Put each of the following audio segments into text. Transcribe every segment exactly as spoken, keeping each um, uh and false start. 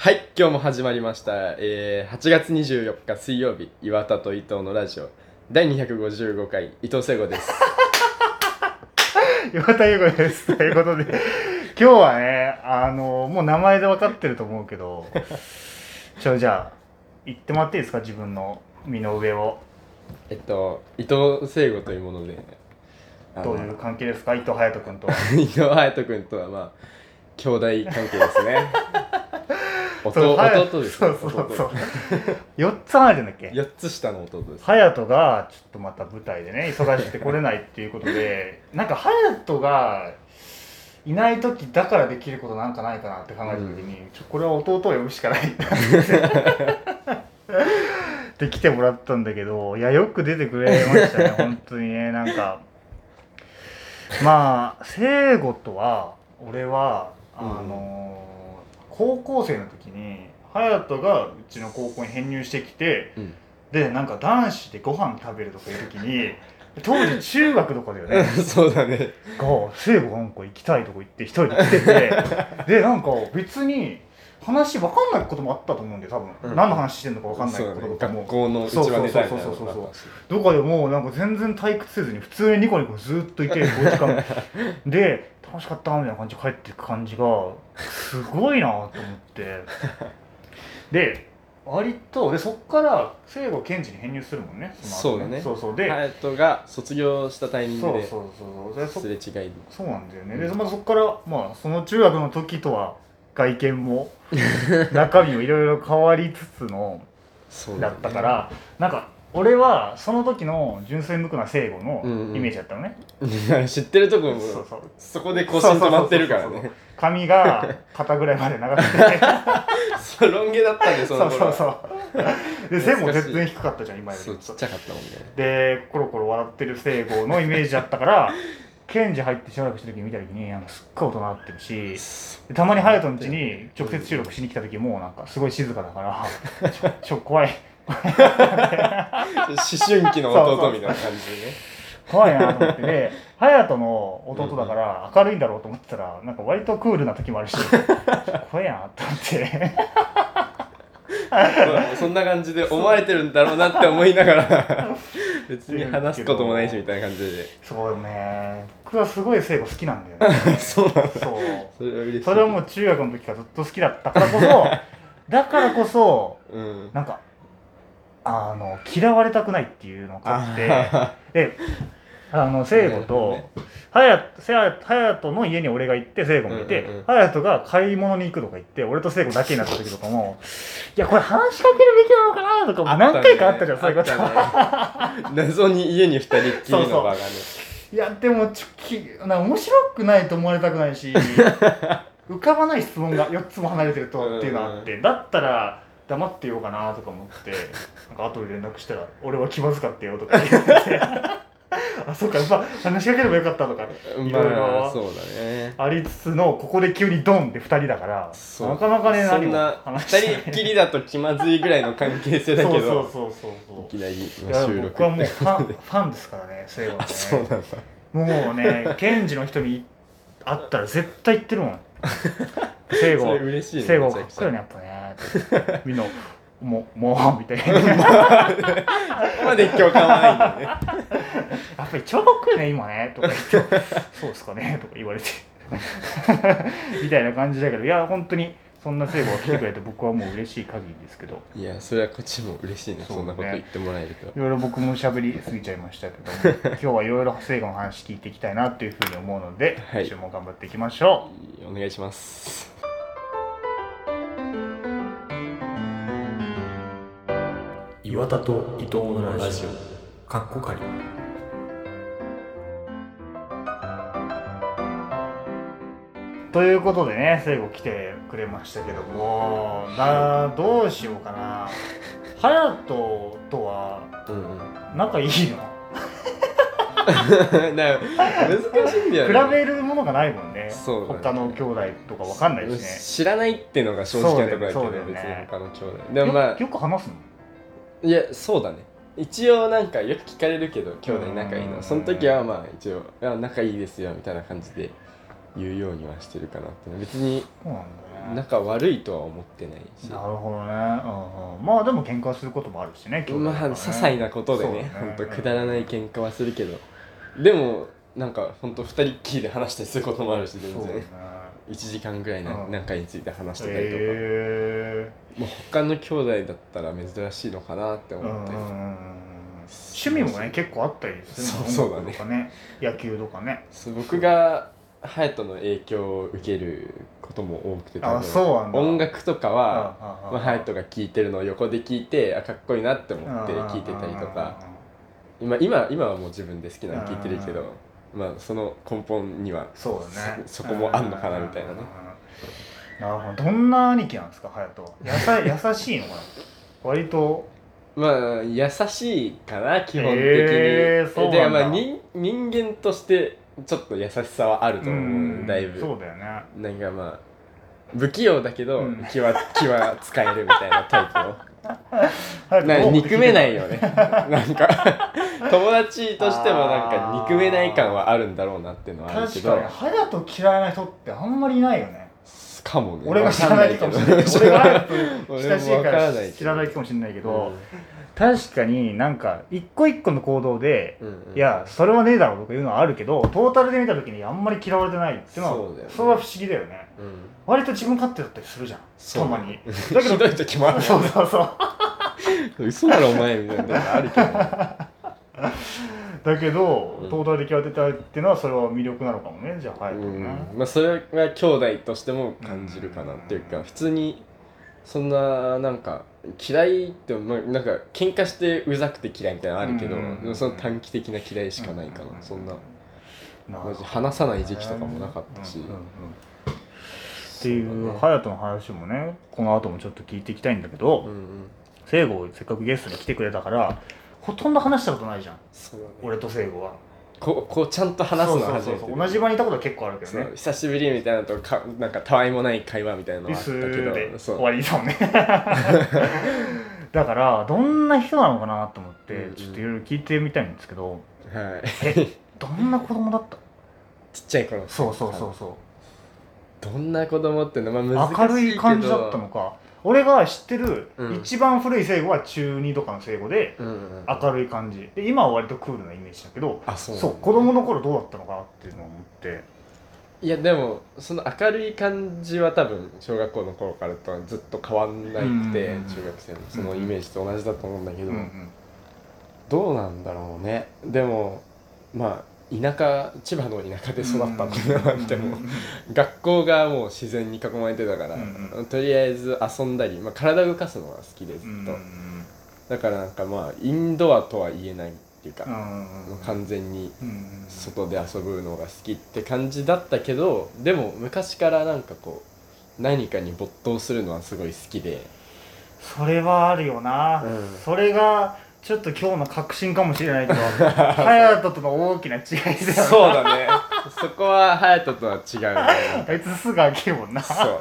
はい、今日も始まりました、えー、はちがつにじゅうよっか水曜日、岩田と伊藤のラジオだいにひゃくごじゅうごかい、伊藤聖吾です岩田優子ですということで今日はね、あのもう名前で分かってると思うけどちょじゃあ言ってもらっていいですか、自分の身の上を。 えっと、伊藤聖吾というもので、 どういう関係ですか、伊藤隼人君とは。 伊藤隼人君とはまあ兄弟関係ですね弟弟です、 ね、そうそうそうよっつ離れてんだっけ。 よっつ下の弟です。 隼人がちょっとまた舞台でね忙しくて来れないっていうことでなんか隼人がいない時だからできることなんかないかなって考えた時に、うん、ちょこれは弟を呼ぶしかないって来てもらったんだけど、いやよく出てくれましたね本当にね。なんかまあ聖吾とは俺はあのーうん高校生の時に隼人がうちの高校に編入してきて、うん、でなんか男子でご飯食べるとかいう時に当時中学とかだよねそうだねが聖吾なんか行きたいとこ行って一人で来ててでなんか別に話分かんないこともあったと思うんで多分、うん、何の話してんのか分かんないこととかも、 ね、学校の一番ネタみたいなのとかどこでもなんか全然退屈せずに普通にニコニコずっといてごじかんで楽しかったみたいな感じで帰っていく感じがすごいなと思ってで割とでそっから聖吾検事に編入するもんね。 その後ねそうだね。 そうそうで隼人が卒業したタイミングでそうそうそうすれ違いそうなんだよね、うん、でまたそっからまあその中学の時とは外見も中身もいろいろ変わりつつのだったから、ね、なんか俺はその時の純粋無垢な聖吾のイメージだったのね、 うんうん、知ってるとこもそうそうそこで更新止まってるからね。 髪が肩ぐらいまで長くてそうロン毛だったんでその頃は。 そうそうそうで背も全然低かったじゃん今より。 そうちっちゃかったもんね。 でコロコロ笑ってる聖吾のイメージだったから検事入ってしばらくした時に見た時になんかすっごい大人になってるしたまに隼人の家に直接収録しに来た時もなんかすごい静かだからちょちょ怖い思春期の弟みたいな感じでね怖いなと思ってね隼人の弟だから明るいんだろうと思ってたらなんか割とクールな時もあるし怖いなと思ってそんな感じで思われてるんだろうなって思いながら別に話すこともないしみたいな感じで。 そうよね、僕はすごい聖吾好きなんだよねそうなんだ。 そうそれは嬉しい。 それはもう中学の時からずっと好きだったからこそだからこそ、うん、なんかあの嫌われたくないっていうのがあってであの聖吾と隼人の家に俺が行って聖吾もいて、隼人、うんうん、が買い物に行くとか言って俺と聖吾だけになった時とかもいやこれ話しかけるべきなのかなとかも何回かあったじゃん、そういうこと、 ね、謎に家にふたりっきりの場がね。そうそういやでもちょきなんか面白くないと思われたくないし浮かばない質問がよっつも離れてるとっていうのがあって、だったら黙ってようかなとか思ってなんか後で連絡したら俺は気まずかったよとか言ってあそうかやっぱ話しかければよかったとかいろいろありつつのここで急にドンってふたりだからなかなかねそんなふたりっきりだと気まずいぐらいの関係性だけどそうそうそうそういきなり収録僕はもうファンファンですからね聖吾のね。 そうなんだ。 もうね検事の人に会ったら絶対言ってるもん聖吾聖吾かっこいいよねやっぱねみんなもうもうみたいなそこまで共感はないんだねやっぱり超かっこいいね今ねとか言ってそうですかねとか言われてみたいな感じだけどいや本当にそんな聖吾が来てくれて僕はもう嬉しい限りですけどいやそれはこっちも嬉しいね。 そ, ねそんなこと言ってもらえると。 いろいろ僕も喋りすぎちゃいましたけども今日はいろいろ聖吾の話聞いていきたいなというふうに思うので、はい、今週も頑張っていきましょう。お願いします。 岩田と伊藤のラジオかっこかり。 ということでね聖吾来てくれましたけどもなどうしようかな隼人とは仲いいの、 うん、難しいんだよね。 比べるものがないもんね。そうだね、他の兄弟とか分かんないしね。 知らないってのが正直なところだけど、ね、別に他の兄弟でも、まあ、 よ, よく話すの。 いやそうだね一応なんかよく聞かれるけど兄弟仲いいのその時はまあ一応仲いいですよみたいな感じで言うようにはしてるかなって。別にそうなんだね。 仲悪いとは思ってないし、 なるほどね、うんうん、まあでも喧嘩することもあるしね、 まあ些細なことでね、ほんとくだらない喧嘩はするけど、でもなんかほんとふたりっきりで話したりすることもあるし、全然、ね、いちじかんぐらいな、うん、なんかについて話してたりとか、えー、もう他の兄弟だったら珍しいのかなって思って、うんうんうん、 趣味もね結構あったりするの。 そうそうだね、 とかね、野球とかね。 そう僕が隼人の影響を受けることも多くて、 あ、そうなんだ。 音楽とかはまあ隼人が聴いてるのを横で聴いて、あかっこいいなって思って聴いてたりとか、今今今はもう自分で好きなの聴いてるけど、まあその根本には そ,、ね、そ, そこもあんのかなみたいなね。 なるほど。どんな兄貴なんですか、隼人は。やさ優しいのかな。割とまあ優しいかな基本的に。 えー、そうなんだ。 でまあ人人間としてちょっと優しさはあると思う、うん、だいぶ。 そうだよね。なんかまあ不器用だけど、うん、気は気は使えるみたいなタイプのなんか憎めないよねなんか友達としてもなんか憎めない感はあるんだろうなっていうのはあるけど、 確かに隼人嫌いな人ってあんまりいないよね。 かもね。 俺が知らないかもしれないけど俺が親しいから知らないかもしれないけど、うん、確かになんか一個一個の行動で、うんうん、いやそれはねえだろうとかいうのはあるけど、トータルで見た時にあんまり嫌われてないっていうのは そ,、ね、それは不思議だよね、うん、割と自分勝手だったりするじゃん、たまに。 だけどひどい時もある、ね、 そうそうそう嘘だろお前みたいなのがあるけど、ね、 だけど、うん、トータルで嫌われてたっていうのはそれは魅力なのかもね、じゃあ隼人ね、 うん、まあそれは兄弟としても感じるかなっていうか、うん、普通にそんななんか嫌いって、まあ、なんか喧嘩してうざくて嫌いみたいなのあるけど、うん、その短期的な嫌いしかないかな、うん、そんなマジ話さない時期とかもなかったし、うんうんうん、 っていう隼人の話もねこの後もちょっと聞いていきたいんだけど、うんうん、聖吾せっかくゲストに来てくれたからほとんど話したことないじゃん、そうだね、俺と聖吾はこう、こうちゃんと話すのは初めて。そうそうそう、 同じ場にいたことは結構あるけどね。 久しぶりみたいなのとか、なんかたわいもない会話みたいなのはあったけど、 で終わりだもんねだからどんな人なのかなと思って、うんうん、ちょっといろいろ聞いてみたいんですけど、はい、えどんな子供だった？ ちっちゃい頃。 そうそうそうそう。 どんな子供ってのは難しいけど、 明るい感じだったのか。俺が知ってる、うん、一番古い聖吾は中にとかの聖吾で、うんうんうん、明るい感じで、今は割とクールなイメージだけど、あ、そう、そう、子供の頃どうだったのかなっていうのを思って。 いやでもその明るい感じは多分小学校の頃からとはずっと変わんなくて、うんうんうん、中学生のそのイメージと同じだと思うんだけど、うんうん、どうなんだろうね。でもまあ田舎、千葉の田舎で育ったっていうのがあっても、学校がもう自然に囲まれてたから、うんうん、とりあえず遊んだり、まあ、体を動かすのが好きでずっと、うんうん、だからなんかまあインドアとは言えないっていうか、うんうん、完全に外で遊ぶのが好きって感じだったけど、でも昔からなんかこう何かに没頭するのはすごい好きで。 それはあるよな、うん、それがちょっと今日の確信かもしれないけど隼人との大きな違いだよね。 そうだね、そこは隼人とは違うね。 あいつすぐ飽きるもんな。 そう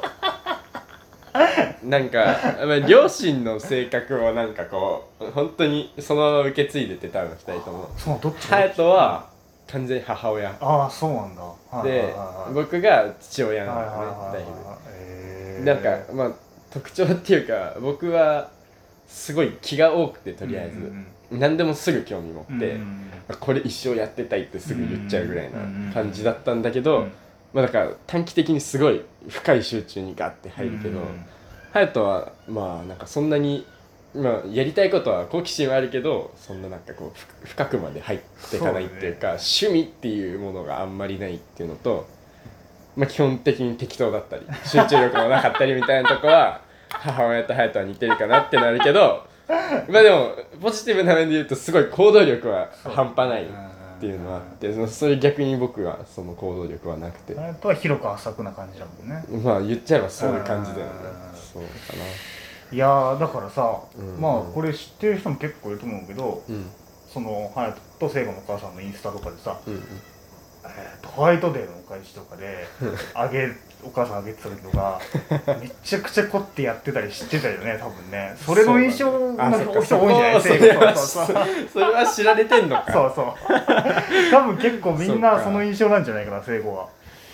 なんか、まあ、両親の性格をなんかこう本当にそのまま受け継いでて、多分ふたりとも。 そう、どっち？ 隼人は完全に母親。 ああ、そうなんだ。 で、はいはいはい、僕が父親なんだね、はいはいはいはい、だいぶ、えー、なんかまあ特徴っていうか、僕はすごい気が多くて、とりあえず、うんうん、何でもすぐ興味持って、うんうん、これ一生やってたいってすぐ言っちゃうぐらいな感じだったんだけど、うんうん、まあだから短期的にすごい深い集中にガッて入るけど、隼人、うん、はまあなんかそんなに、まあ、やりたいことは好奇心はあるけど、そんななんかこう深くまで入っていかないっていうか、そうね、趣味っていうものがあんまりないっていうのと、まあ、基本的に適当だったり集中力もなかったりみたいなとこは母親と隼人は似てるかなってなるけどまあでもポジティブな面で言うとすごい行動力は半端ないっていうのはあって、それ逆に僕はその行動力はなくて、 隼人は広く浅くな感じだもんね。 まあ言っちゃえばそういう感じだよね。そうかな。 いやーだからさ、うんうん、まあこれ知ってる人も結構いると思うけど、うん、その隼人と聖吾のお母さんのインスタとかでさ、うんうん、えー、ホワイトデーのお返しとかであげお母さんあげてた時とかめちゃくちゃ凝ってやってたり知ってたよね、多分ね。それの印象の人多いんじゃない？ それはそれは知られてんのか。 そうそう多分結構みんなその印象なんじゃないかな、聖吾は。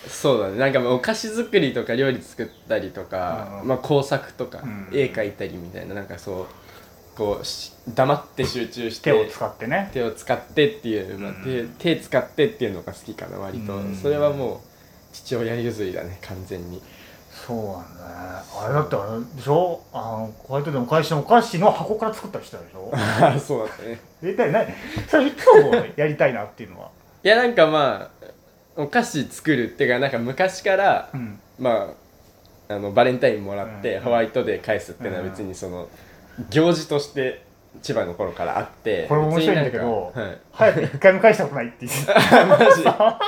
そうだね、なんかお菓子作りとか料理作ったりとか、うん、まあ工作とか、うん、絵描いたりみたいな、なんかそうこう黙って集中して手を使ってね手を使ってっていう、まあ、手, 手使ってっていうのが好きかな割と、うん、それはもう父親譲りだね完全に。 そうなんだね。あれだってあれでしょ、あのホワイトデーの会社のお菓子の箱から作った人でしょああそうだったね。 絶対ないそれいつもやりたいなっていうのは。 いやなんかまあお菓子作るっていうかなんか昔から、うん、まああのバレンタインもらって、うん、ホワイトデー返すっていうのは別にその、うん、行事として千葉の頃からあって。 これ面白いんだけど、はい、早く一回も返したことないって言ってマジ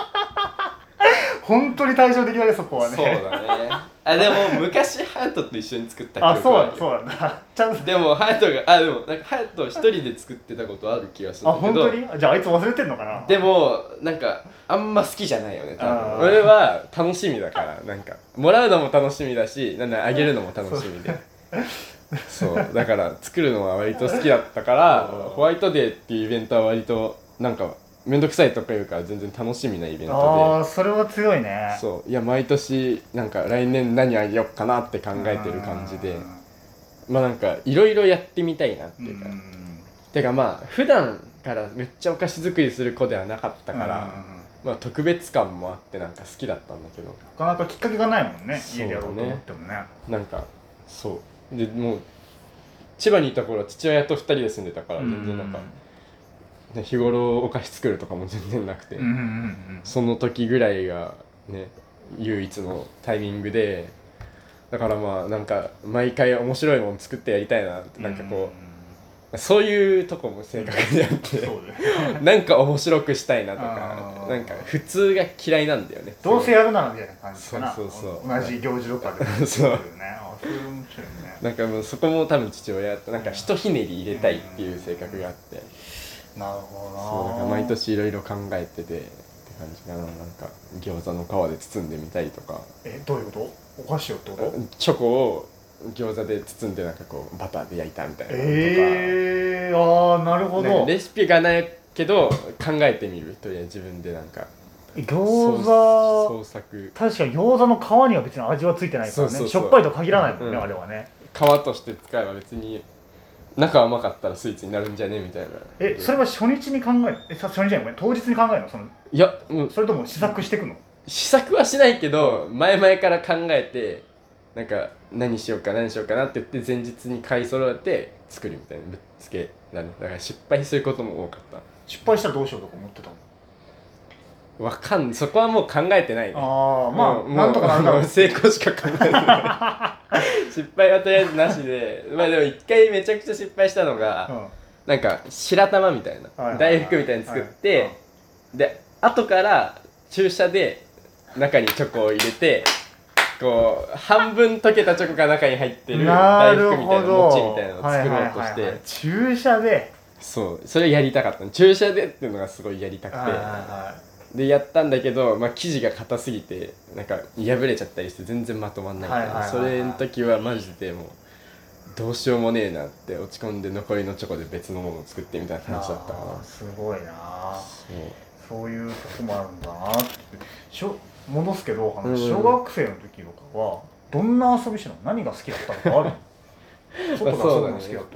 本当に対照的だねそこはね。 そうだね。あでも昔ハヤトと一緒に作った記憶はある。あそうなんだ。ちゃんとでもハヤトがあでもなんかハヤト一人で作ってたことある気がするんだけど。 あ本当に？じゃああいつ忘れてんのかな。 でもなんかあんま好きじゃないよね多分。俺は楽しみだからなんかもらうのも楽しみだしなんだあげるのも楽しみで。そうだから作るのは割と好きだったからホワイトデーっていうイベントは割となんかめんどくさいとかいうか全然楽しみなイベントで。 ああそれは強いね。 そういや毎年なんか来年何あげようかなって考えてる感じでまあなんかいろいろやってみたいなっていうかてかまあ普段からめっちゃお菓子作りする子ではなかったからまあ特別感もあってなんか好きだったんだけどなかなかきっかけがないもんね家でやろうと思ってもね。 なんかそうでもう千葉にいた頃は父親とふたりで住んでたから全然なんか、ね、日頃お菓子作るとかも全然なくて、うんうんうん、その時ぐらいがね唯一のタイミングでだからまあなんか毎回面白いもの作ってやりたいなってなんかこう、うんうん、そういうとこも性格であって、うん、なんか面白くしたいなとかなんか普通が嫌いなんだよね。 どうせやるならみたいな感じかな。 そうそうそう同じ行事とかでもそうそれ面白いね。 なんかもうそこも多分父親となんかひとひねり入れたいっていう性格があって、 うん、なるほどな。 そうだから毎年いろいろ考えててって感じかな。なんか餃子の皮で包んでみたりとか。 えどういうこと？お菓子をってこと？ チョコを餃子で包んでなんかこうバターで焼いたみたいなのとか。 えー、あーなるほど。 レシピがないけど考えてみるとりあえず自分でなんか餃子創作確かに餃子の皮には別に味はついてないからね。そうそうそうしょっぱいとは限らないもんね、うん、あれはね。 皮として使えば別に中甘かったらスイーツになるんじゃねみたいな。 えそれは初日に考えるえ初日じゃない当日に考えるのそのいや、うん、 それとも試作していくの？ 試作はしないけど前々から考えてなんか何しようか何しようかなって言って前日に買い揃えて作るみたいなぶっつけだね。だから失敗することも多かった。 失敗したらどうしようとか思ってたの？ わかんそこはもう考えてないね。 ああまあなんとかなるだろう。 成功しか考えてない失敗はとりあえずなしでまあでも一回めちゃくちゃ失敗したのが、うん、なんか白玉みたいな、はいはいはい、大福みたいに作って、はいはい、で後から注射で中にチョコを入れてこう半分溶けたチョコが中に入ってる大福みたいな餅みたいなのを作ろうとして、はいはいはいはい、 注射でそうそれやりたかったの。注射でっていうのがすごいやりたくて、はいはいはい、でやったんだけど、まあ、生地が硬すぎてなんか破れちゃったりして全然まとまんないから、はいはいはいはい、それの時はマジでもうどうしようもねえなって落ち込んで残りのチョコで別のものを作ってみたいな話だったかな。 すごいなそうそういうとこもあるんだなってしょ戻すけどあの小学生の時とかはどんな遊びしたの？何が好きだったのかあるの？外で遊ぶの好きだった、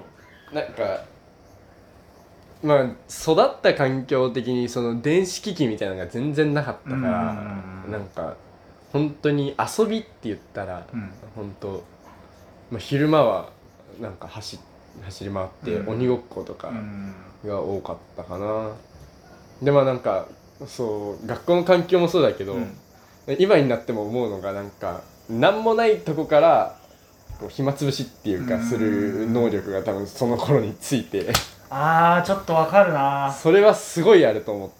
なんかまあ育った環境的にその電子機器みたいなのが全然なかったからなんか本当に遊びって言ったら、うん、本当、まあ、昼間はなんか 走, 走り回って鬼ごっことかが多かったかな、うん、でまあなんかそう学校の環境もそうだけど、うん、今になっても思うのがなんか何もないとこからこう暇つぶしっていうかする能力が多分その頃についてあーちょっとわかるな。 それはすごいあると思って。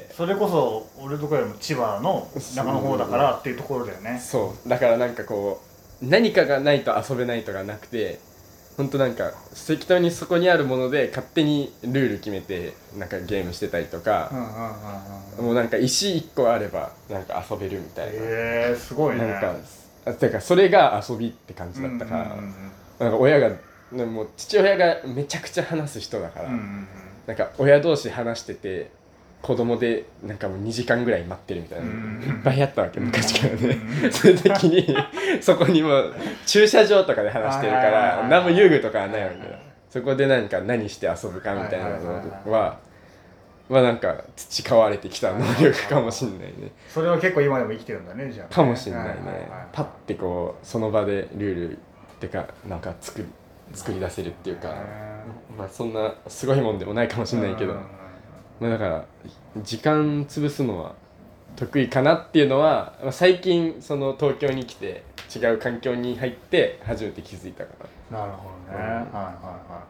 それこそ俺とかよりも千葉の中の方だからっていうところだよね。 そうだからなんかこう何かがないと遊べないとかなくてほんとなんか適当にそこにあるもので勝手にルール決めてなんかゲームしてたりとか、うんうんうんうん、もうなんか石いっこあればなんか遊べるみたいな。 へーすごいね。 なんかてかそれが遊びって感じだったから、うんうんうんうん、なんか親がもう父親がめちゃくちゃ話す人だから、うんうんうん、なんか親同士話してて子供でなんかもうにじかんぐらい待ってるみたいな、 うん、 いっぱいあったわけ昔からね、うん、そういう時にそこにもう駐車場とかで話してるから何も遊具とかはないわけだ。そこでなんか何して遊ぶかみたいなのはまあなんか培われてきた能力かもしんないね。 それは結構今でも生きてるんだねじゃあ。 かもしんないね。パッてこうその場でルールってかなんか作り作り出せるっていうか、まあそんなすごいもんでもないかもしんないけど、まあだから時間潰すのは得意かなっていうのは、まあ、最近その東京に来て違う環境に入って初めて気づいたかな。なるほどね。うん、はいはいはい。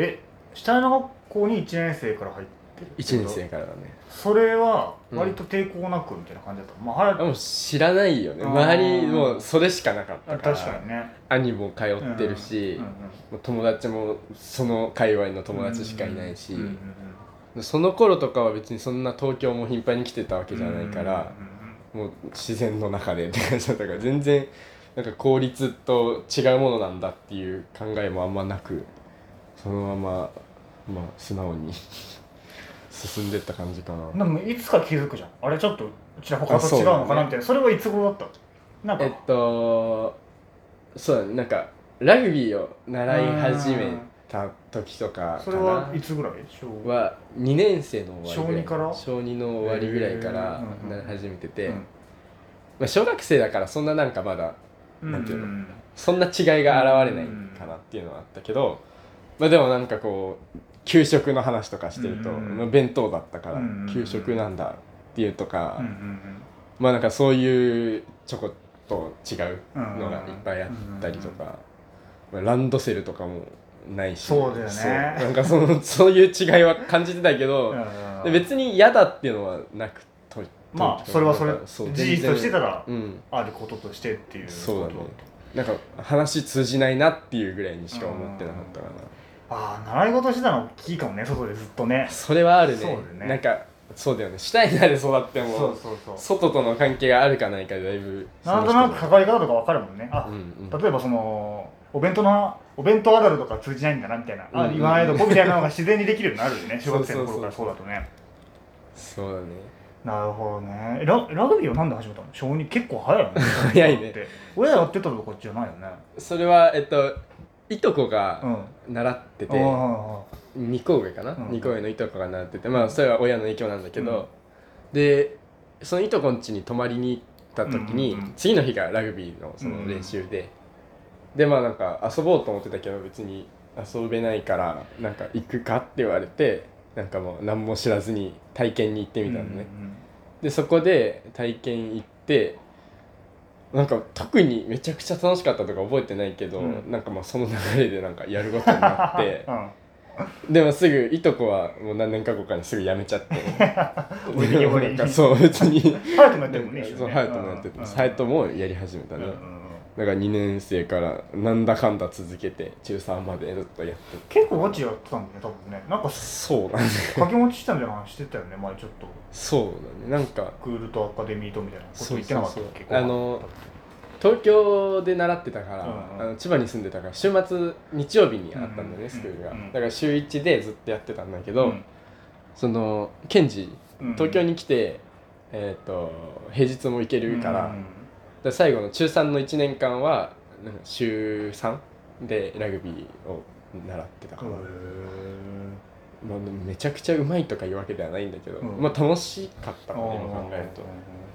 え、下の学校にいちねん生から入ってる？ いちねん生からだね。 それは割と抵抗なくみたいな感じだった。うん、まあ、 もう知らないよね。周りもうそれしかなかったから。 確かにね。 兄も通ってるし、うんうん、友達もその界隈の友達しかいないし、うんうんうん、その頃とかは別にそんな東京も頻繁に来てたわけじゃないから、うんうんうん、もう自然の中でって感じだったから全然なんか公立と違うものなんだっていう考えもあんまなく、そのまままあ素直に進んでった感じかな。 でもいつか気づくじゃん。あれちょっとうちら他と違うのかなみたいな。それはいつ頃だった？ なんかえっとそうだね、なんかラグビーを習い始めた時とかかな。 それはいつぐらい？ はにねん生の終わりぐらい。 小にから小にの終わりぐらいから習い始めてて、うんうん、まあ、小学生だからそんななんかまだ、うん、なんていうの、そんな違いが現れないかなっていうのはあったけど、まあでもなんかこう給食の話とかしてると、うんうん、弁当だったから給食なんだっていうとか、うんうんうん、まあなんかそういうちょこっと違うのがいっぱいあったりとか、うんうん、ランドセルとかもないし、 そうだよね。そうなんかそのそういう違いは感じてたけど、うん、別に嫌だっていうのはなくと、 まあそれはそれ事実としてたら、うん、あることとしてっていうこと。 そうだね。なんか話通じないなっていうぐらいにしか思ってなかったかな。 ああ、習い事してたの大きいかもね、外でずっとね。 それはある ね, ねなんかそうだよね、シュタイナーで育ってもそうそうそう外との関係があるかないかでだいぶなんとなく関わり方とか分かるもんね。あ、うんうん、例えばそのお弁当のお弁当あるあるとか通じないんだなみたいな、うんうん、あ、言わないとこみたいなのが自然にできるようになるよね。小学生の頃からそうだとね。 そうだね。 なるほどね。ラ, ラグビーはなんで始めたの？小に結構早いよね。 早いね。 親やってたとこっちじゃないよね。 それはえっといとこが習ってて、うん、にこ上かな、うん、にこ上のいとこが習ってて、まあそれは親の影響なんだけど、うん、でそのいとこん家に泊まりに行った時に、うんうんうん、次の日がラグビーのその練習で、うん、でまあなんか遊ぼうと思ってたけど別に遊べないからなんか行くかって言われて、なんかもう何も知らずに体験に行ってみたのね、うんうん、でそこで体験行ってなんか特にめちゃくちゃ楽しかったとか覚えてないけど、うん、なんかまあその流れでなんかやることになって、うん、でもすぐいとこはもう何年か後かにすぐ辞めちゃってなんかそう別にハヤトもやってるもんね。 そうハヤトもやってて、ハヤトもやり始めたね、うんうん、だからにねん生からなんだかんだ続けてちゅうさんまでずっとやって結構ガチやってたんだね多分ね。なんかそうだね掛け持ちしたみたいな話してたよね前ちょっと。 そうだね、なんかスクールとアカデミーとみたいなこと言ってなかったっけ？ あの東京で習ってたから、うんうん、あの千葉に住んでたから週末日曜日にあったんだよね、うんうん、スクールが、うんうん、だから週いちでずっとやってたんだけど、うん、そのケンジ東京に来て、うんえー、と平日も行けるから、うんうん、で最後のちゅうさんのいちねんかんは週さんでラグビーを習ってたから、まあ、めちゃくちゃうまいとかいうわけではないんだけど、うん、まあ楽しかったのね今考えると。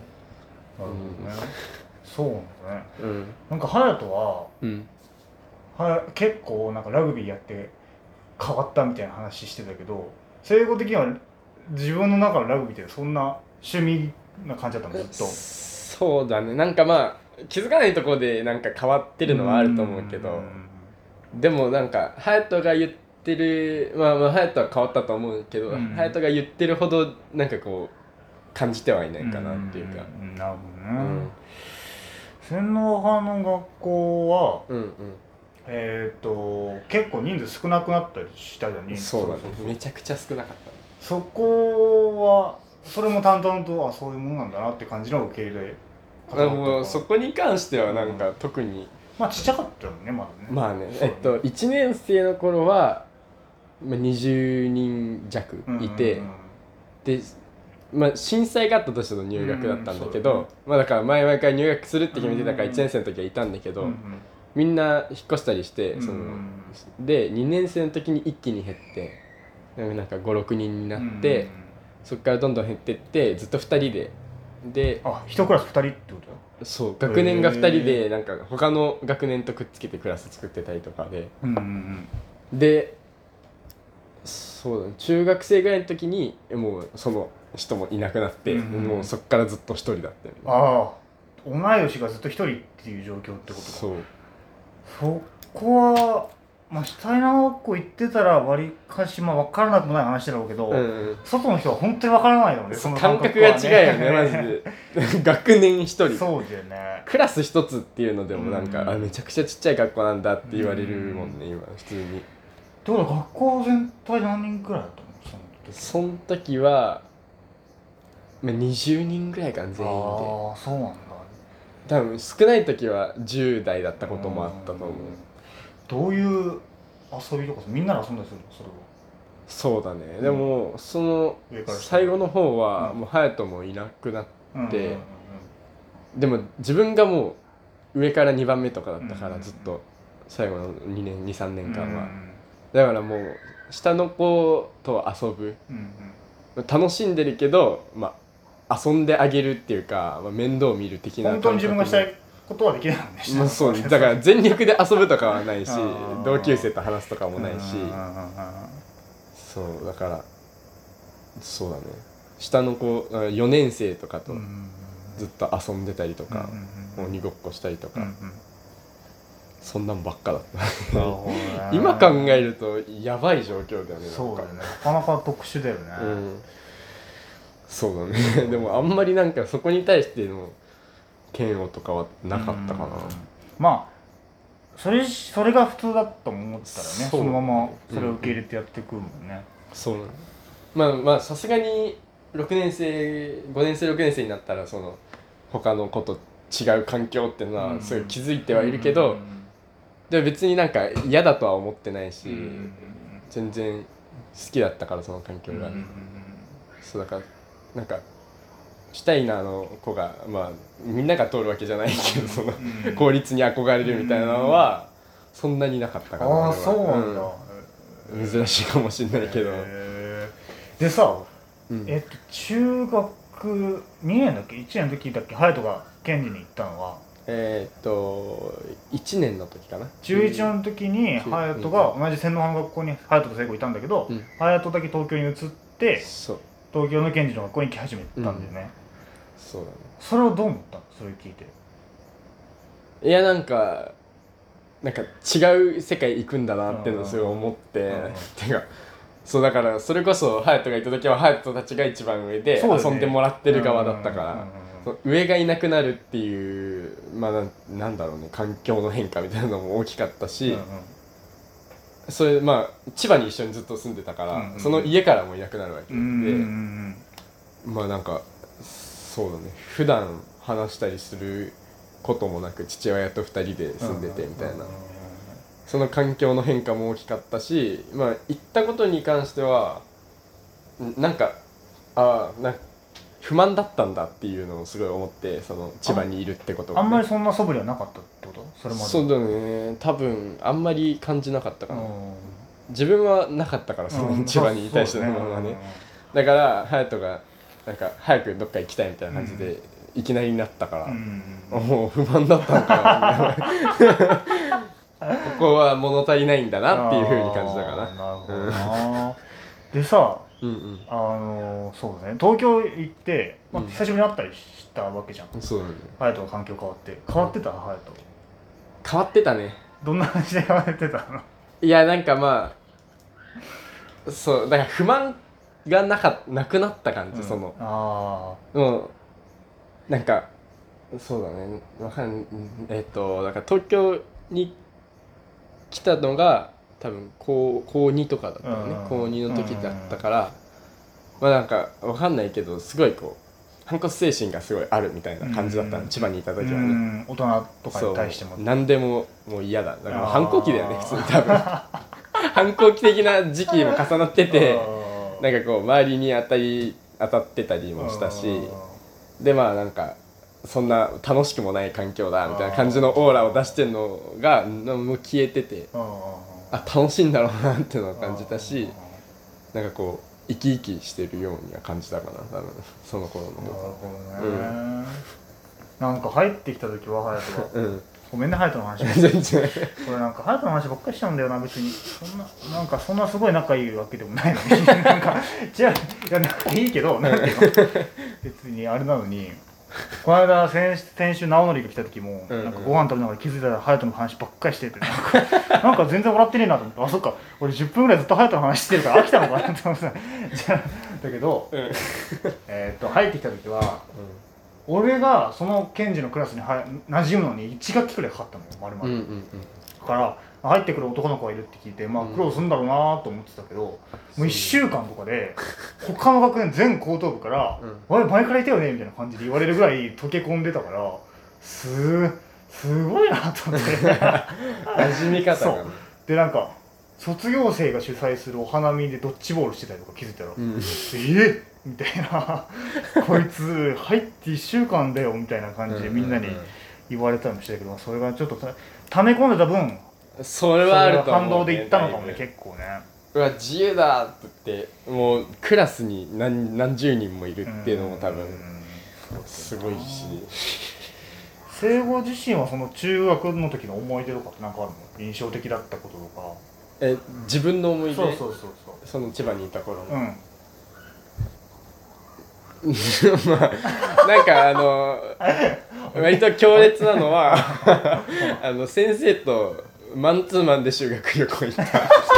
そうね、うん、なんか隼人は、うん、は結構なんかラグビーやって変わったみたいな話してたけど、聖子的には自分の中のラグビーってそんな趣味な感じだったのずっと。 そうだね、なんかまあ気づかないところでなんか変わってるのはあると思うけど、でもなんか隼人が言ってるまあまあ隼人は変わったと思うけど、隼人が言ってるほどなんかこう感じてはいないかなっていうか。 うんうん、なるほどね。うん洗脳派の学校は、うんうん、えっ、ー、と結構人数少なくなったりしたじゃん。 そうだね、めちゃくちゃ少なかった。 そこはそれも淡々とあそういうもんなんだなって感じの受け入れ方だった。もうそこに関してはなんか、うん、特にまあちっちゃかったよねまだね。 まあね、えっといちねん生の頃はにじゅうにん弱いて、うんうんうん、でまあ震災があった年の入学だったんだけど、うんうんまあ、だから前々から入学するって決めてたからいちねん生の時はいたんだけど、うんうん、みんな引っ越したりして、そのでにねん生の時に一気に減ってなんかごろくにんになって、うん、そっからどんどん減ってってずっとふたりでであ一クラスふたりってことだ。 そう学年がふたりでなんか他の学年とくっつけてクラス作ってたりとかで、うんうんうん、でそうだ、ね、中学生ぐらいの時にもうその人もいなくなって、うんうん、もうそっからずっと一人だったよね。 ああ同い年がずっと一人っていう状況ってことか。 そうそこはまあ下稲学校行ってたらわりかしまあ分からなくもない話だろうけど、うんうん、外の人は本当に分からないので、 その感覚が違うよねマジで学年一人そうだよね。 クラス一つっていうのでもなんか、うん、あめちゃくちゃちっちゃい学校なんだって言われるもんね、うん、今普通に。 ってことは学校全体何人くらいだったのその時はにじゅうにんぐらいか全員で。 ああそうなんだ。 多分少ない時はじゅう代だったこともあったと思う。 どういう遊びとかみんなで遊んだりするのそれは。 そうだね、うん、でもその最後の方はもう隼人もいなくなって、うん、でも自分がもう上からにばんめとかだったから、ずっと最後のにねん にさんねんかんは、うん、だからもう下の子と遊ぶ、うんうん、楽しんでるけど、まあ、遊んであげるっていうか、まあ、面倒見る的な本当に自分がしたいことはできないもんね。 まあ、そうだから全力で遊ぶとかはないし同級生と話すとかもないし、そうだからそうだね下の子よねん生とかとずっと遊んでたりとか、鬼ごっこしたりとか、うんうん、そんなんばっかだった今考えるとやばい状況だよね。 そうだよね、なかなか特殊だよね、うん、 そうだねでもあんまりなんかそこに対しての嫌悪とかはなかったかな。 まあそれそれが普通だと思ったらね、 そ, そのままそれを受け入れてやっていくもんね、 うん、そうなんだ。まあまあさすがにろくねん生ごねん生ろくねん生になったらその他の子と違う環境っていうのはすごい気づいてはいるけど、でも別になんか嫌だとは思ってないし、全然好きだったからその環境が、そうだからなんかシュタイナーの子がまあみんなが通るわけじゃないけど、その公立に憧れるみたいなのはそんなになかったかな。 ああそうなんだ、 うん、珍しいかもしれないけど。 でさ、うん、えっと中学にねんだっけいちねんの時だっけ隼人が県に行ったのはえー、っといちねんの時かな。 中いちの時に隼人が同じ洗脳派の学校に隼人と聖子いたんだけど、うん、隼人だけ東京に移ってそう東京の県知の学校に行き始めたんだよね、うん、 そうだね。 それをどう思ったのそれ聞いて。 いやなんかなんか違う世界行くんだなっていうのをすごい思って、うんうん、てかそうだからそれこそ隼人がいた時は隼人たちが一番上で遊んでもらってる側だったから、上がいなくなるっていうまあ な, なんだろうね環境の変化みたいなのも大きかったし、うんうん、それまあ千葉に一緒にずっと住んでたから、うんうん、その家からもいなくなるわけで、うんうんうん、まあなんかそうだね普段話したりすることもなく父親とふたりで住んでてみたいな、うんうんうん、その環境の変化も大きかったし、まあ行ったことに関してはなんかああなんか不満だったんだっていうのをすごい思って、その千葉にいるってことが、 ね、あんまりそんな素振りはなかったってことそれまで。 そうだね多分あんまり感じなかったかな。自分はなかったからその千葉に対しての不満はね。だから隼人がなんか早くどっか行きたいみたいな感じで、うん、いきなりになったから、うん、もう不満だったのかなここは物足りないんだなっていう風に感じたかな。なるほどな、 うん、でさうんうん、あのそうだね東京行って、まあ、久しぶりに会ったりしたわけじゃん、 うん、そうだね。 隼人が環境変わって変わってた隼人、 変わってたね。どんな感じで変わってたの。 いやなんかまあそうだから不満がなかなくなった感じ、うん、そのあもうなんかそうだねわかんえっとだから東京に来たのが多分高高にとかだったよね、うん、高にの時だったから、うん、まあなんかわかんないけどすごいこう反骨精神がすごいあるみたいな感じだったの、うん、千葉にいた時はね、うん、 大人とかに対しても何でももう嫌だだから反抗期だよね普通に多分反抗期的な時期も重なっててなんかこう周りに当たり当たってたりもしたし、でまあなんかそんな楽しくもない環境だみたいな感じのオーラを出してるのがもう消えてて、あ楽しいんだろうなっていうのを感じたし、なんかこう生き生きしてるようには感じたかな多分その頃の方が。なるほどね、うん、 なんか入ってきた時は隼人は、うん、ごめんね隼人の話全然これなんか隼人の話ばっかりしちゃうんだよな。別にそんななんかそんなすごい仲いいわけでもないのになんか違う、いや仲いいけどなんていうの別にあれなのに、この間先先週直則が来た時も、うんうん、なんかご飯食べながら気づいたら隼人の話ばっかりしててなんかなんか全然笑ってねえなと思って、あそっか俺じゅっぷんぐらいずっと隼人の話してるから飽きたのかなと思ってじゃだけど、うん、えっと入ってきた時は、うん、俺がその検事のクラスには馴染むのにいち学期くらいかかったのよ丸々、うんうんうん、だから入ってくる男の子がいるって聞いて、まあ苦労するんだろうなと思ってたけど、うん、もういっしゅうかんとかで他の学年全高等部から「おい、前からいたよね」みたいな感じで言われるぐらい溶け込んでたから、すすごいなと思って馴染み方が、ね、 でなんか卒業生が主催するお花見でドッジボールしてたりとか気づいたら「うん、えー、みたいなこいつ入っていっしゅうかんだよみたいな感じでみんなに言われたりもしてたけど、それがちょっと溜め込んでた分それはあると思う、ね、 反動でいったのかもね結構ね。 うわ自由だって言ってもうクラスに 何, 何十人もいるっていうのも多分すごいし、 聖吾自身はその中学の時の思い出とかって何かあるの？印象的だったこととか。 え自分の思い出？ そうそうそうそう。 その千葉にいた頃の。 うんまあなんかあの割と強烈なのはあの先生とマンツーマンで修学旅行行った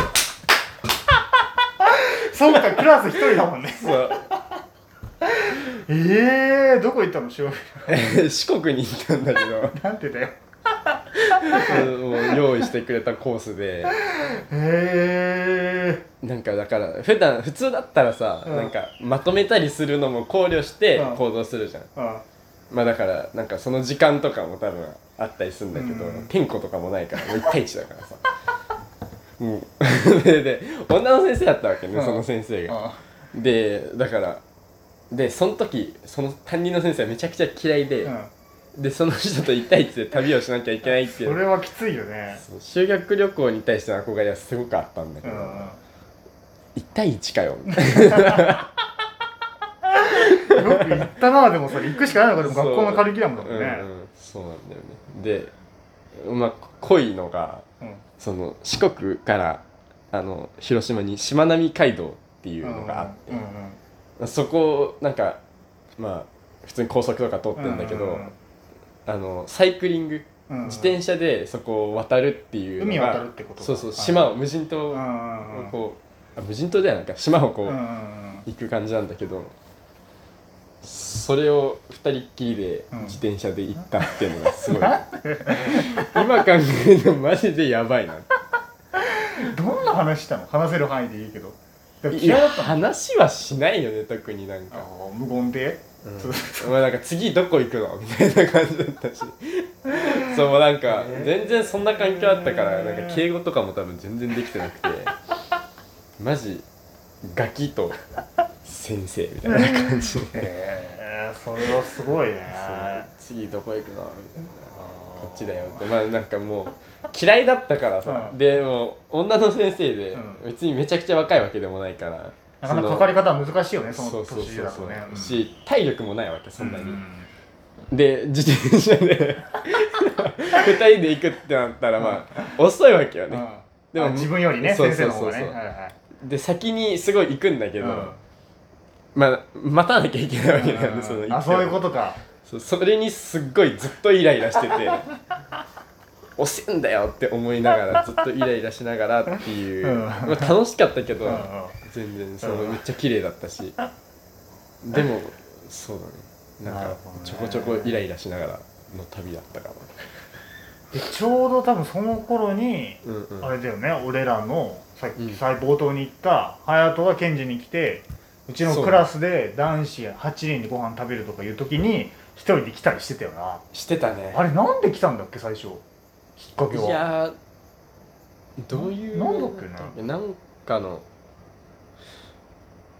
そうかクラス一人だもんね。 そうえー、どこ行ったの修学旅行四国に行ったんだけどなんてだよもう用意してくれたコースでへえー、なんかだから普段普通だったらさ、うん、なんかまとめたりするのも考慮して行動するじゃん、うんうん、まあだからなんかその時間とかも多分あったりするんだけど、うん、点呼とかもないからもういち対いちだからさもうで, で女の先生だったわけね、うん、その先生が、うん、でだからでその時その担任の先生はめちゃくちゃ嫌いで、うんでその人といち対いちで旅をしなきゃいけないっていうそれはきついよね。 修学旅行に対しての憧れはすごくあったんだけど、うん、いち対いちかよみたいなよく行ったな。でもそれ行くしかないのか。でも学校のカリキュラムだもんね。 うんうん、そうなんだよね。でまあ濃いのが、うん、その四国からあの広島にしまなみ海道っていうのがあって、うんうんうん、そこなんかまあ普通に高速とか通ってるんだけど、うんうんうん、あのサイクリング、うんうん、自転車でそこを渡るっていうのが海渡るってことか。 そうそう島を無人島をこう、あ無人島ではなんか島をこう、うんうんうん、行く感じなんだけど、それをふたりっきりで自転車で行ったっていうのがすごい、うん、今考えるとマジでやばいな。 どんな話したの？話せる範囲でいいけど。 いや話はしないよね特になんか無言で、 うん、まあなんか次どこ行くのみたいな感じだったしそうなんか全然そんな環境あったからなんか敬語とかも多分全然できてなくてマジガキと先生みたいな感じでえー、それはすごいね。 次どこ行くのみたいなこっちだよってまあなんかもう嫌いだったからさ、うん、でも女の先生で、うん、別にめちゃくちゃ若いわけでもないからなかなかかかり方は難しいよねその年だとね。 し体力もないわけそんなに、うん、で自転車でふたりで行くってなったらまあ、うん、遅いわけよね、うん、 でも自分よりね先生の方がね、はいはい、 で先にすごい行くんだけど、うん、まあ待たなきゃいけないわけなんで、うん、 そのあそういうことか。 そ, それにすっごいずっとイライラしてて遅いんだよって思いながらずっとイライラしながらっていう、うんまあ、楽しかったけど、うん、全然そのめっちゃ綺麗だったし、でもそうだねなんかちょこちょこイライラしながらの旅だったかな。 でちょうど多分その頃に、うんうん、あれだよね俺らのさっき冒頭に言った隼人が検事に来てうちのクラスで男子はちにんでご飯食べるとかいう時に一人で来たりしてたよな。 してたね。 あれなんで来たんだっけ最初きっかけは。 いやどういうなんだっけね。 なんかの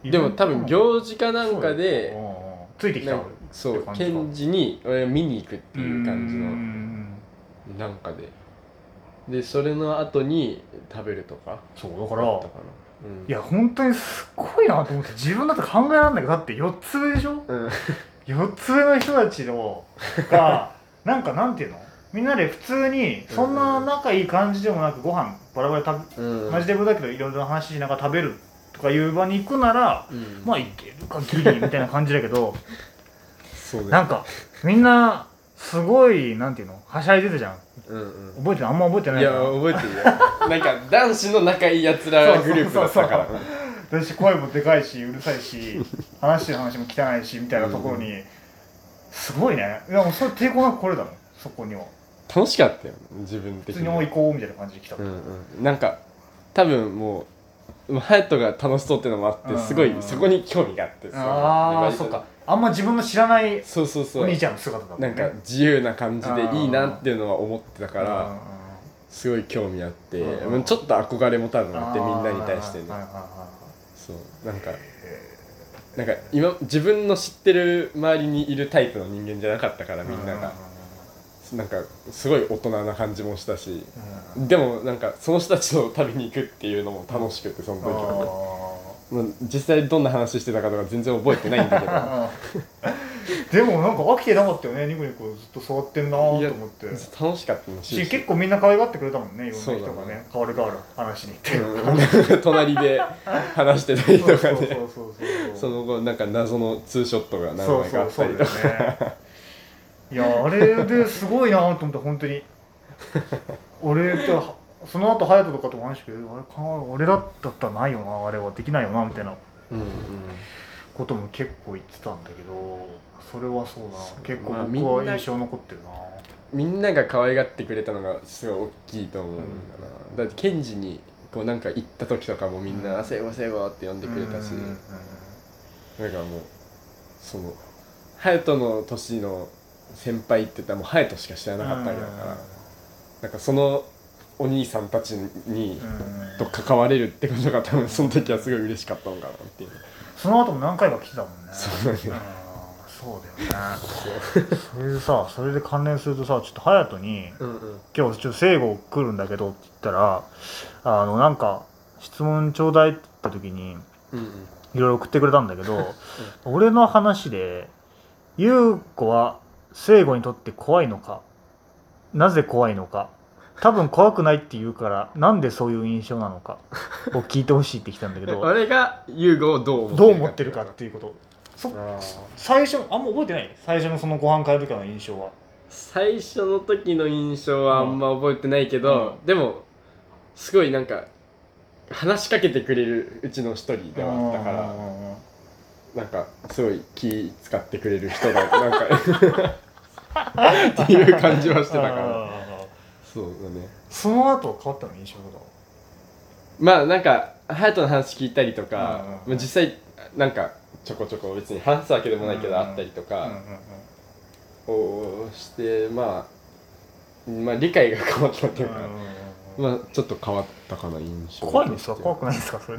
でも多分行事かなんかでうんうんついてきたなんかそうケンジに俺見に行くっていう感じのなんかででそれの後に食べるとかそうだからだったかな、うん、 いや本当にすごいなと思って自分だと考えられないけどだってよっつ上でしょ、 うん、 よっつ上の人たちのがなんかなんていうのみんなで普通にそんな仲いい感じでもなくご飯バラバラ食べ、うん、同じテーブルだけどいろいろな話しながら食べるとかいう場に行くなら、うん、まあいけるかギリみたいな感じだけどそうだよなんかみんなすごいなんていうのはしゃいでたじゃん、うんうん、覚えてないあんま覚えてないいや覚えてるよなんか男子の仲いいやつらグループだったから私声もでかいしうるさいし話してる話も汚いしみたいなところに、うん、すごいねいやもうそれ抵抗なく来れたのそこには楽しかったよ自分的に普通に行こうみたいな感じで来た、 うんうん、なんか多分もうハヤトが楽しそうっていうのもあってすごいそこに興味があってああそっかあんま自分の知らないそうそうそうお兄ちゃんの姿だもんねなんか自由な感じでいいなっていうのは思ってたからすごい興味あってちょっと憧れも多分あってみんなに対してねそうなんかなんか今自分の知ってる周りにいるタイプの人間じゃなかったからみんながなんかすごい大人な感じもしたしでもなんかその人たちの旅に行くっていうのも楽しくてその時はね実際どんな話してたかとか全然覚えてないんだけどでもなんか飽きてなかったよねニコニコずっと触ってんなーと思って楽しかったし結構みんな可愛がってくれたもんねいろんな人がね変わる変わる話に行って隣で話してたりとかねその後なんか謎のツーショットが何枚かあったりとかいやあれですごいなと思った本当に俺とその後隼人とかとも話してあれ俺だったらないよなあれはできないよなみたいなことも結構言ってたんだけどそれはそうだな結構僕は印象残ってるなみんなが可愛がってくれたのがすごい大きいと思うんだな、うん、だってケンジにこうなんか行った時とかもみんな「せいごせいご」って呼んでくれたしだからもうその隼人の年の先輩って言ったらもう隼人しか知らなかったわけだからなんかそのお兄さんたちにと関われるってことが多分その時はすごい嬉しかったのかなっていうその後も何回か来てたもんねそうだねそうだよねそれでさそれで関連するとさちょっと隼人に、うんうん、今日ちょっと聖子来るんだけどって言ったらあのなんか質問ちょうだいって言った時に、うんうん、いろいろ送ってくれたんだけど、うん、俺の話で優子は聖子にとって怖いのかなぜ怖いのか多分怖くないって言うからなんでそういう印象なのかを聞いてほしいって来たんだけど俺が優子をどうどう思ってるかっていうことそ最初あんま覚えてない最初のそのご飯会る時の印象は最初の時の印象はあんま覚えてないけど、うん、でもすごいなんか話しかけてくれるうちの一人ではあったからなんかすごい気使ってくれる人だなんかっていう感じはしてたからそうだねその後は変わったの印象がまあなんか隼人の話聞いたりとか、うんうん、実際なんかちょこちょこ別に話すわけでもないけど、うんうん、あったりとか、うんうんうん、をしてまあまあ理解が変わったっていうか、うんうんうん、まあちょっと変わったかな印象怖いんですか怖くないんですかそれで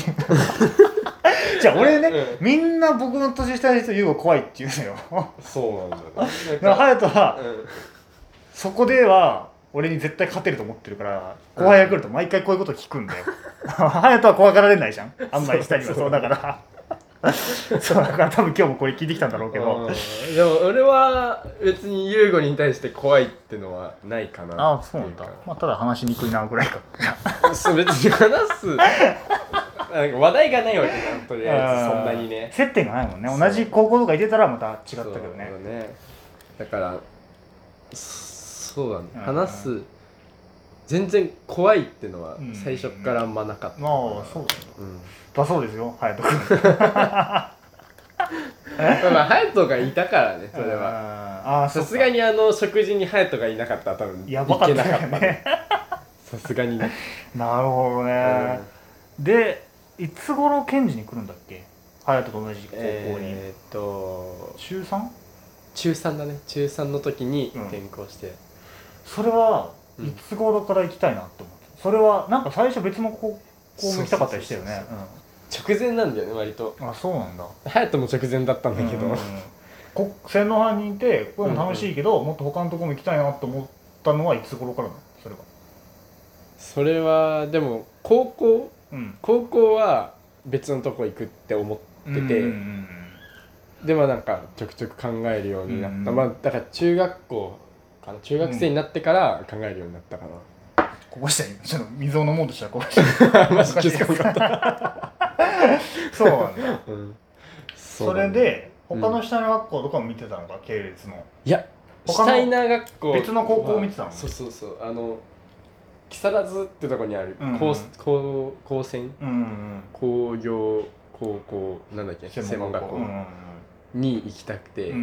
じゃあ俺ね、うん、みんな僕の年下の人言うの怖いって言うのよそうなんだよね隼人は、うん、そこでは俺に絶対勝てると思ってるから後輩が来ると毎回こういうこと聞くんだよ隼人は怖がられないじゃんあんまり下にはそうだからそうだから多分今日もこれ聞いてきたんだろうけどでも俺は別に優吾に対して怖いってのはないかなああそうなんだ、まあ、ただ話しにくいなぐらいかそう別に話すなんか話題がないわけじゃんとりあえずそんなにね接点がないもんね同じ高校とかいてたらまた違ったけどねそうだねだからそうだね話す全然怖いってのは最初からあんまなかった、うん、 ああそうだね、うんだそうですよ、隼人君。 まあ隼人がいたからね、それは。さすがにあの食事に隼人がいなかったら多分やばかったよね。 さすがにね。 なるほどね。うん、で、いつ頃検事に来るんだっけ？隼人と同じ高校に。 えーっとちゅうさん？ ちゅうさんだね。ちゅうさんの時に転校して。うん、 それはいつ頃から行きたいなって思って。それはなんか最初別の高校も行きたかったりしたよね。 直前なんだよね割と。 あ、そうなんだ。 隼人も直前だったんだけど、 うんうんうん、こ千の藩にいてこれも楽しいけど、うんうん、もっと他のところも行きたいなと思ったのはいつ頃からなのそれは。 それはでも高校、うん、高校は別のとこ行くって思ってて、うんうんうん、でもなんかちょくちょく考えるようになった、うんうん、まあだから中学校かな、中学生になってから考えるようになったかな、 うん、こぼしたよちょっと水を飲もうとしたらこぼしたマジ気づかなかったそうなんだ、うん、 そ, それで他のシュタイナー学校とかも見てたのか、系列の。 いやシュタイナー学校別の高校を見てたの。 そうそうそう、あの木更津ってとこにある高専、うんうん、工業高校なんだっけ専門学校に行きたくて、うん、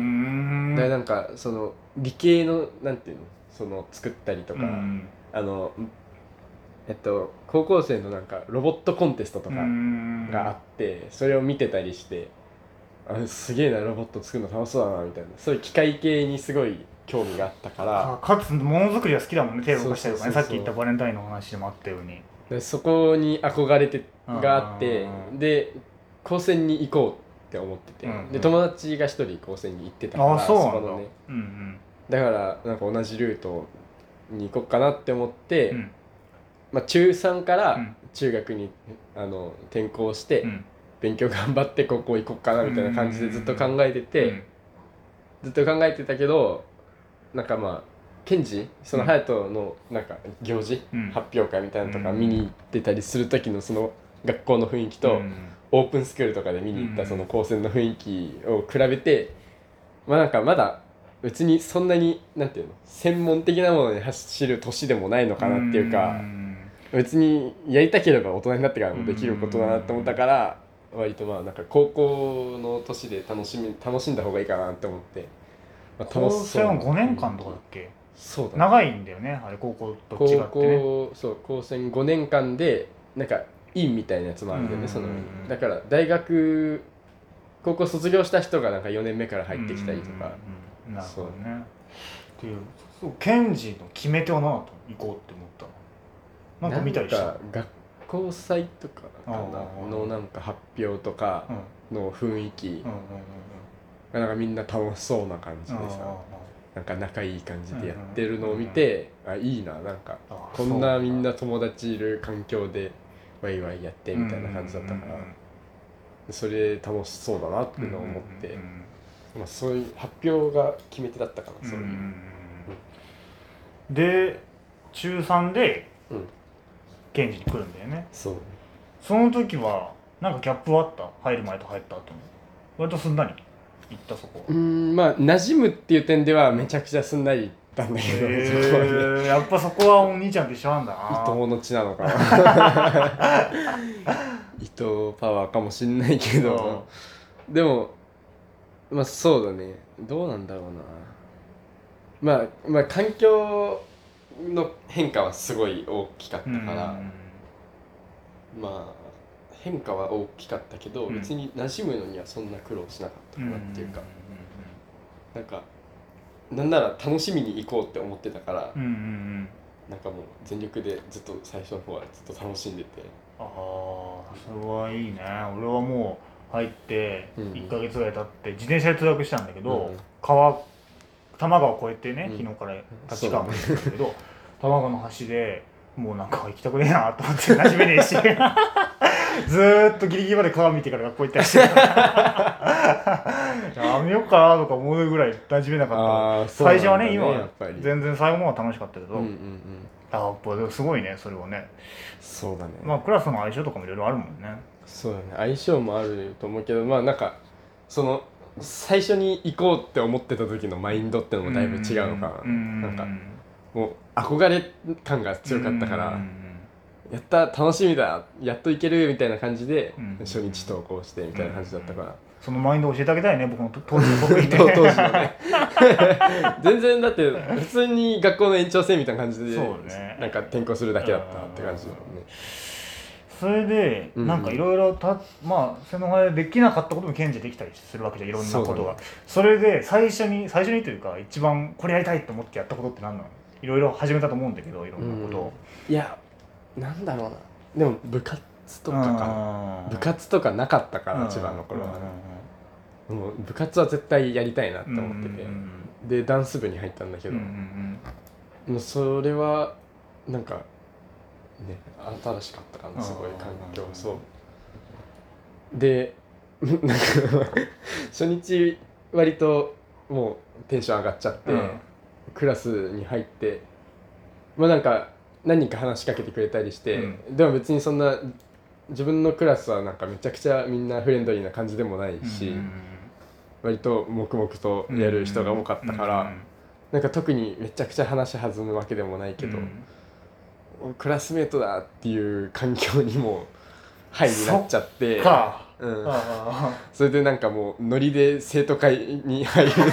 だからなんかその理系のなんていうのその作ったりとか、うん、あのえっと高校生のなんかロボットコンテストとかがあってそれを見てたりして、あすげえなロボット作るの楽しそうだなみたいな、そういう機械系にすごい興味があったから、 かつものづくりは好きだもんね、手を動かしたりとかね、さっき言ったバレンタインの話でもあったように。 でそこに憧れてがあって、で高専に行こうって思ってて、うんうん、で友達が一人高専に行ってたから、 あそうなんだ、 そこのね、 うんうん、 だからなんか同じルートに行こうかなって思って、うん、まあ、中さんから中学にあの転校して、うん、勉強頑張って高校行こうかなみたいな感じでずっと考えてて、うん、ずっと考えてたけど、なんかまあケンジその隼人のなんか行事、うん、発表会みたいなのとか見に行ってたりする時のその学校の雰囲気と、うん、オープンスクールとかで見に行ったその高専の雰囲気を比べて、まあなんかまだ別にそんなになんていうの専門的なものに走る年でもないのかなっていうか、別にやりたければ大人になってからもできることだなって思ったから、割とまあなんか高校の年で楽しみ楽しんだ方がいいかなって思って、 まあ、楽しそう。高専はごねんかんとかだっけ？ そうだね、 長いんだよねあれ高校と違ってね。 高校そう高専ごねんかんでなんか院みたいなやつもあるんだよね、そのだから大学高校卒業した人がなんかよねんめから入ってきたりとか、 うんうん、なるほどね。っていうそうケンジの決め手は何だったの？行こうって思ったのなんか見たりした？ なんか学校祭とかかなのなんか発表とかの雰囲気がなんかみんな楽しそうな感じでさ、なんか仲いい感じでやってるのを見て、うんうんうん、あいいな、なんかこんなみんな友達いる環境でワイワイやってみたいな感じだったから、うんうんうん、それ楽しそうだなっていうのを思って、うんうんうん、まあ、そういう発表が決め手だったかな、そういう、うんうんうん、で中さんでケンジに来るんだよね。 そう。 その時はなんかギャップはあった？入る前と入った後も割とすんなり行ったそこ。 うーん、まあ馴染むっていう点ではめちゃくちゃすんなり行ったんだけど、 えー、そこはね、やっぱそこはお兄ちゃんと一緒なんだな。 伊藤の血なのかな伊藤パワーかもしんないけど、でもまあそうだね、どうなんだろうな、まあまあ環境の変化はすごい大きかったから、まあ変化は大きかったけど、うん、別に馴染むのにはそんな苦労しなかったかなっていうか、なんかなんなら楽しみに行こうって思ってたから、うんうんうん、なんかもう全力でずっと最初の方はずっと楽しんでて、 ああそれはいいね。俺はもう入っていっかげつぐらい経って自転車で通学したんだけど、うん、川多摩川を越えてね、日野から立川まで行ったんだけど、多摩川の橋でもうなんか行きたくねえなと思って馴染めねえしずーっとギリギリまで川見てから学校行ったりしてやめようかなとか思うぐらい馴染めなかった。最初はね、今は全然最後の方は楽しかったけど、うんうんうん、あやっぱすごいねそれはね。 そうだね。 まあクラスの相性とかもいろいろあるもんね。 そうだね、相性もあると思うけど、まあなんかその最初に行こうって思ってた時のマインドってのもだいぶ違うのかな、うん、なんかもう憧れ感が強かったから、やった楽しみだやっといけるみたいな感じで初日登校してみたいな感じだったから、 そのマインド教えてあげたいね、僕の当時の僕にね当時のね全然だって普通に学校の延長線みたいな感じで、ね、なんか転校するだけだったって感じだもんね。 それでなんかいろいろたまあその前できなかったこともケンジできたりするわけじゃん、いろんなことが。 そ,、ね、それで最初に最初にというか一番これやりたいと思ってやったことって何なの？いろいろ始めたと思うんだけど、いろんなことを、 うん、いやなんだろうな、でも部活活とかかな、部活とかなかったから千葉の頃は、もう部活は絶対やりたいなって思ってて、うんうんうん、でダンス部に入ったんだけど、うんうんうん、もうそれはなんかね新しかったかな、すごい環境、そうでなんか初日割ともうテンション上がっちゃって、うん、クラスに入ってまあなんか何人か話しかけてくれたりして、うん、でも別にそんな自分のクラスはなんかめちゃくちゃみんなフレンドリーな感じでもないし、うんうんうん、割と黙々とやる人が多かったから、うんうんうん、なんか特にめちゃくちゃ話弾むわけでもないけど、うん、クラスメートだっていう環境にもハイになっちゃって、うん、それでなんかもうノリで生徒会に入るって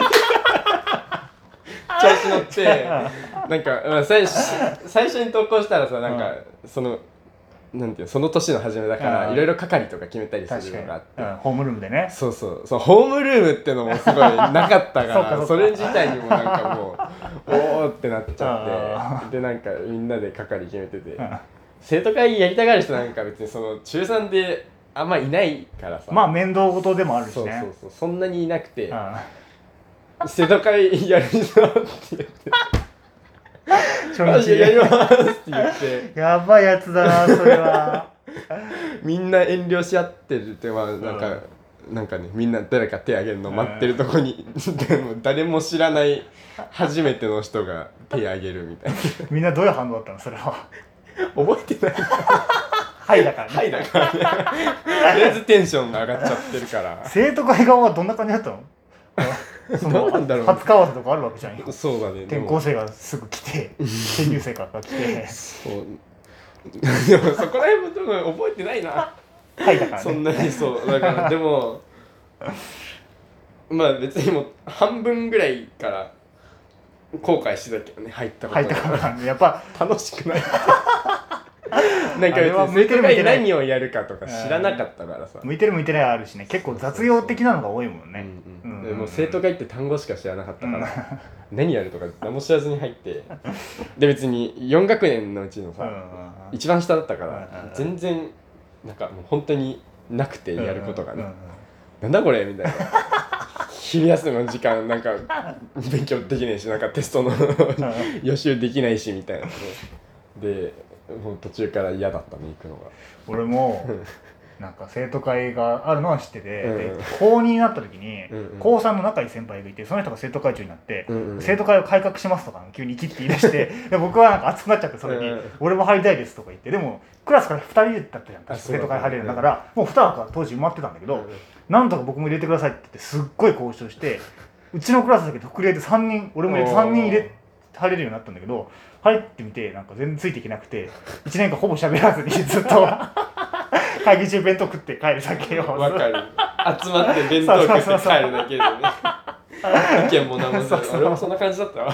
調子乗ってなんか、まあ、最初最初に投稿したらさなんか、うん、そのなんていうその年の初めだからいろいろ係とか決めたりするのがあって、 うん、ホームルームでねそうそうそうホームルームってのもすごいなかったからそ, それ自体にもなんかもうおーってなっちゃってでなんかみんなで係決めてて、うん、生徒会やりたがる人なんか別にその中さんであんまいないからさまあ面倒事でもあるしねそうそうそうそんなにいなくて、うん、生徒会やるぞって言って初日やりますって言ってやばいやつだなそれはみんな遠慮し合ってるってまあなんか、うん、なんかねみんな誰か手挙げるの待ってるとこに、うん、でも誰も知らない初めての人が手挙げるみたいなみんなどういう反応だったのそれは覚えてないはいだからねはいだからねとりあえずテンションが上がっちゃってるから生徒会側はどんな感じだったのそのなんだろう初顔合わせとかあるわけじゃんよそうだね転校生がすぐ来て転入生から来てそうでもそこら辺も多分覚えてないなはいだからねそんなにそうだからでもまあ別にもう半分ぐらいから後悔してたけどね入ったこと入ったからねやっぱ楽しくないなんか別に生徒会何をやるかとか知らなかったからさ向いてる向いてないあるしね結構雑用的なのが多いもんねでも生徒会って単語しか知らなかったから、うん、何やるとか何も知らずに入ってで別によん学年のうちのさ、うん、一番下だったから、うん、全然なんかもう本当になくてやることがね、うん、なんだこれみたいな昼休みの時間なんか勉強できないしなんかテストの予習できないしみたいなでもう途中から嫌だったね行くのが俺もなんか生徒会があるのは知ってて、うん、で高にになった時に、うんうん、高さんの仲いい先輩がいてその人が生徒会長になって、うんうん、生徒会を改革しますとか急に生きって言い出してで僕はなんか熱くなっちゃってそれに、うん、俺も入りたいですとか言ってでもクラスからふたりだったじゃん確か生徒会入れるだから、うん、もうに枠は当時埋まってたんだけど、うん、なんとか僕も入れてくださいって言ってすっごい交渉してうちのクラスだけ特例でさんにん俺も入れてさんにん入れ入れるようになったんだけど入ってみてなんか全然ついていけなくていちねんかんほぼ喋らずにずっと会議中弁当食って帰るだけをわかる集まって弁当食って帰るだけでね意見も何もず俺もそんな感じだったわ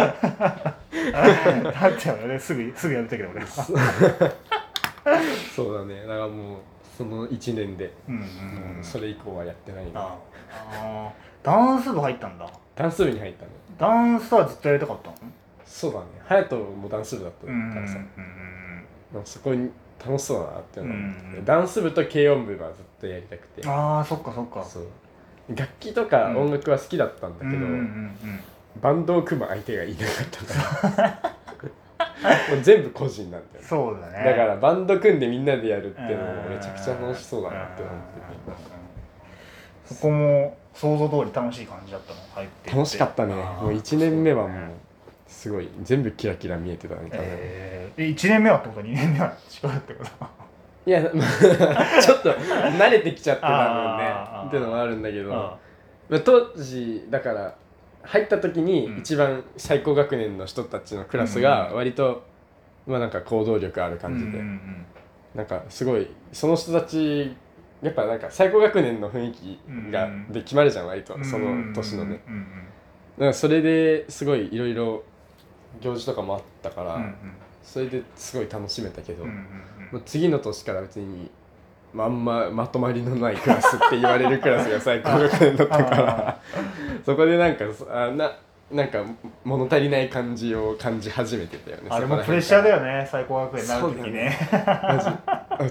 なっちゃうよねすぐすぐやめたけど俺はそうだねだからもうそのいちねんで、うんうんうん、それ以降はやってないなああダンス部入ったんだダンス部に入ったのダンスはずっとやりたかったのそうだね隼人もダンス部だったからさ、うんうん、そこに楽しそうだなっていうのが、うんうん、ダンス部と軽音部はずっとやりたくてああそっかそっかそう楽器とか音楽は好きだったんだけど、うんうんうんうん、バンドを組む相手がいなかったからもう全部個人なんだよ、ね、 そうだねだからバンド組んでみんなでやるっていうのもめちゃくちゃ楽しそうだなって思っててそこも想像通り楽しい感じだったの入って楽しかったねもういちねんめはもうすごい全部キラキラ見えてたね、 えー、いちねんめはってことはにねんめは違うってこといや、まあ、ちょっと慣れてきちゃってた分ねっていうのもあるんだけどまあ、当時だから入った時に一番最高学年の人たちのクラスが割と、まあなんか行動力ある感じで、うんうんうん、なんかすごいその人たちやっぱなんか最高学年の雰囲気がで決まるじゃん割とその年のね、うんうんうん、だからそれですごいいろいろ行事とかもあったから、うんうん、それですごい楽しめたけど、うんうんうん、次の年から別に、まあ、あんままとまりのないクラスって言われるクラスが最高学年だったからそこでなんかあななんか物足りない感じを感じ始めてたよねあれもプレッシャーだよね最高学年になる時にねマジ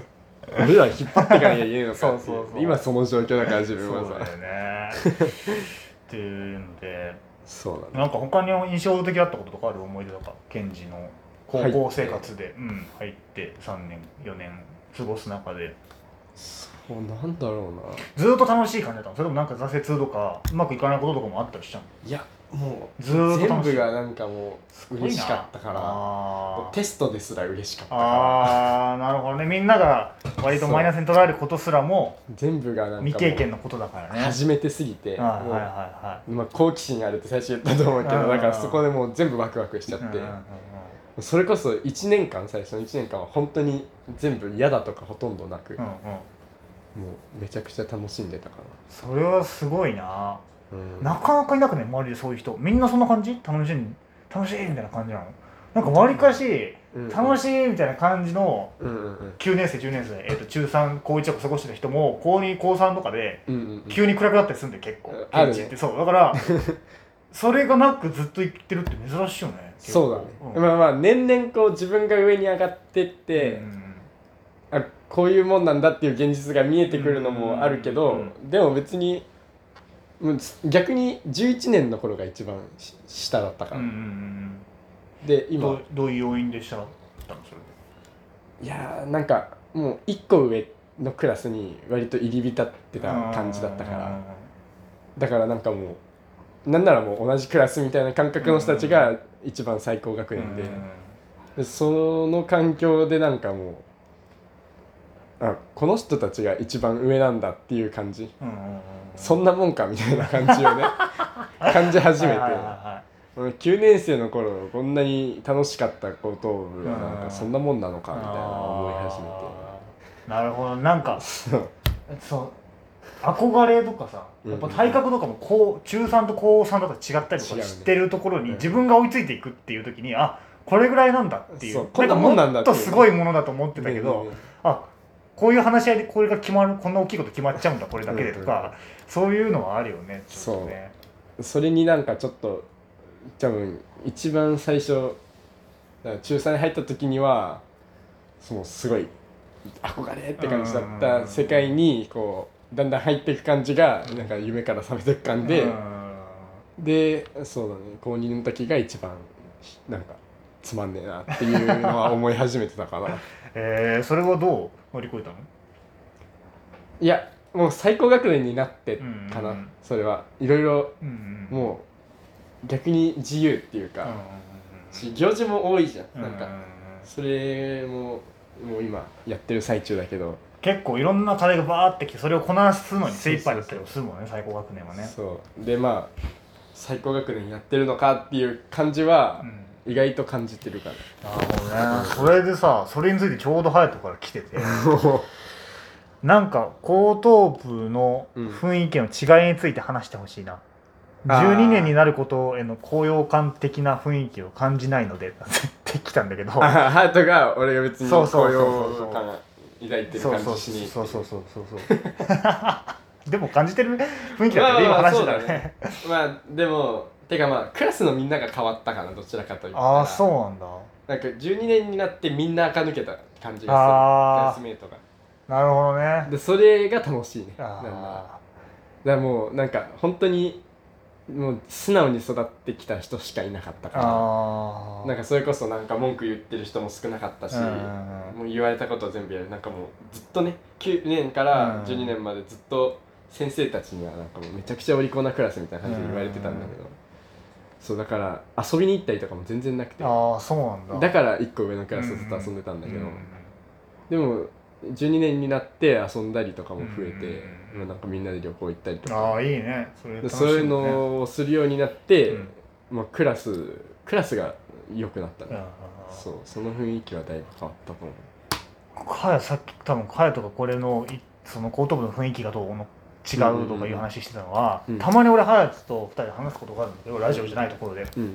俺ら引っ張っていかなきゃいけないのかそうそうそう今その状況だから自分はさそうだよねっていうのでそうだねなんか他に印象的だったこととかある思い出とかケンジの高校生活で入って,、うん、入ってさんねんよねん過ごす中でそうなんだろうなずっと楽しい感じだったのそれともなんか挫折とかうまくいかないこととかもあったりしたのいやもうずーっと楽しい全部がなんかもう嬉しかったからあテストですら嬉しかったからあーなるほどねみんなが割とマイナスに捉えることすらも全部がなんかもう未経験のことだからね初めてすぎて、 はいはいもうはいはいまあ、好奇心あるって最初言ったと思うけどうんだからそこでもう全部ワクワクしちゃって、 うんうんうんそれこそいちねんかん最初のいちねんかんは本当に全部嫌だとかほとんどなく、 うんうんもうめちゃくちゃ楽しんでたかそれはすごいなな、うん、 なかなかいなくね周りでそういう人みんなそんな感じ楽しい楽しいみたいな感じなのなんかわりかしうんうん楽しいみたいな感じのうんうんうんきゅうねん生じゅうねん生、えー、と中さん高いちを過ごしてた人も高に高さんとかでうんうんうん急に暗くなったりするんで結構あるね現地ってそうだからそれがなくずっと生きてるって珍しいよね結構そうだね、 うんまあまあ年々こう自分が上に上がってって、 うんあこういうもんなんだっていう現実が見えてくるのもあるけど、 うんでも別にもう逆にじゅういちねんの頃が一番し下だったから、 うんうんうんで今どうどういう要因でしたのそれでいやーなんかもういっこ上のクラスに割と入り浸ってた感じだったからだからなんかもうなんならもう同じクラスみたいな感覚の人たちが一番最高学年で、でその環境でなんかもうあこの人たちが一番上なんだっていう感じ、 うんうんうんうんそんなもんかみたいな感じをね感じ始めて、 はいはいはいはい俺きゅうねん生の頃こんなに楽しかったこと部がなんかそんなもんなのかみたいな思い始めて、 あーなるほどなんかそうそう憧れとかさやっぱ体格とかもこう中さんと高さんだと違ったりと違うねか知ってるところにうん自分が追いついていくっていう時にあこれぐらいなんだっていうそうこんなもんなんだっていうもっとすごいものだと思ってたけど、 ねえねえねあこういう話し合いでこれが決まるこんな大きいこと決まっちゃうんだこれだけでとか、 うんうんそういうのはあるよねちょっとねえそれになんかちょっと多分一番最初だから中さんに入った時にはそのすごい憧れって感じだった世界にこうだんだん入っていく感じがなんか夢から覚めていく感じで、 うんでそうだね高にの時が一番なんかつまんねえなっていうのは思い始めてたかなえー、それはどう乗り越えたのいやもう最高学年になってかな、 うんうんうんそれはいろいろうんうんもう逆に自由っていうか、 うんうんし行事も多いじゃん、 うんうんなんかそれももう今やってる最中だけど結構いろんな課題がバーってきてそれをこなすのに精一杯だったりもするもんね最高学年はねそうでまあ最高学年やってるのかっていう感じは意外と感じてるから、 なるほどねそれでさそれについてちょうど隼人から来ててなんか高等部の雰囲気の違いについて話してほしいな、 あーじゅうにねんになることへの高揚感的な雰囲気を感じないのでってきたんだけどあハートが俺が別にそうそう高そうそう揚感抱いてるそうそう感じしにそうそうそうそうそうでも感じてる雰囲気だったら今話してたよねまあでもてかまあクラスのみんなが変わったかなどちらかというとああそうなんだなんかじゅうにねんになってみんな垢抜けた感じがあーするクラスメートがなるほどねでそれが楽しいねなんだだかあらもうなんか本当にもう素直に育ってきた人しかいなかったーからあーなんかそれこそなんか文句言ってる人も少なかったし、 うんもう言われたことを全部やるなんかもうずっとねきゅうねんからじゅうにねんまでずっと先生たちにはなんかもうめちゃくちゃお利口なクラスみたいな感じで言われてたんだけど、そうだから遊びに行ったりとかも全然なくてああそうなんだだからいっこ上のクラスとずっと遊んでたんだけど、 うんでもじゅうにねんになって遊んだりとかも増えて、 うんまあなんかみんなで旅行行ったりとあかあいいねそれで楽しいねそういうのをするようになって、 うんまあ、クラスクラスが良くなったね、 うんそうその雰囲気はだいぶ変わったと思う。 かやさっき多分かやとかこれのいその高等部の雰囲気がどうの違うとかいう話してたのは、 うんたまに俺ハヤツとふたりで話すことがあるんだけどラジオじゃないところでうん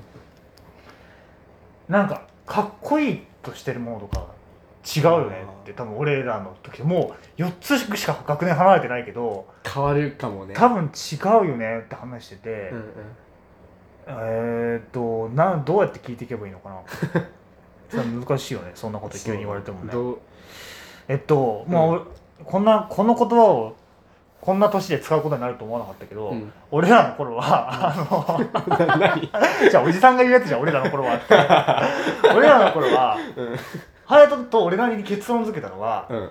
なんかかっこいいとしてるものとか違うよねって多分俺らの時もうよっつしか学年離れてないけど変わるかもね多分違うよねって話してて、 うんうんえーっとなどうやって聞いていけばいいのかなそれは難しいよねそんなこと急に言われてもねどうえっともう、うん、こんなこの言葉をこんな年で使うことになると思わなかったけど、うん、俺らの頃は、うん、あのじゃあおじさんが言うやつじゃん俺らの頃はって俺らの頃は隼人、うん、と俺なりに結論付けたのは、うんうん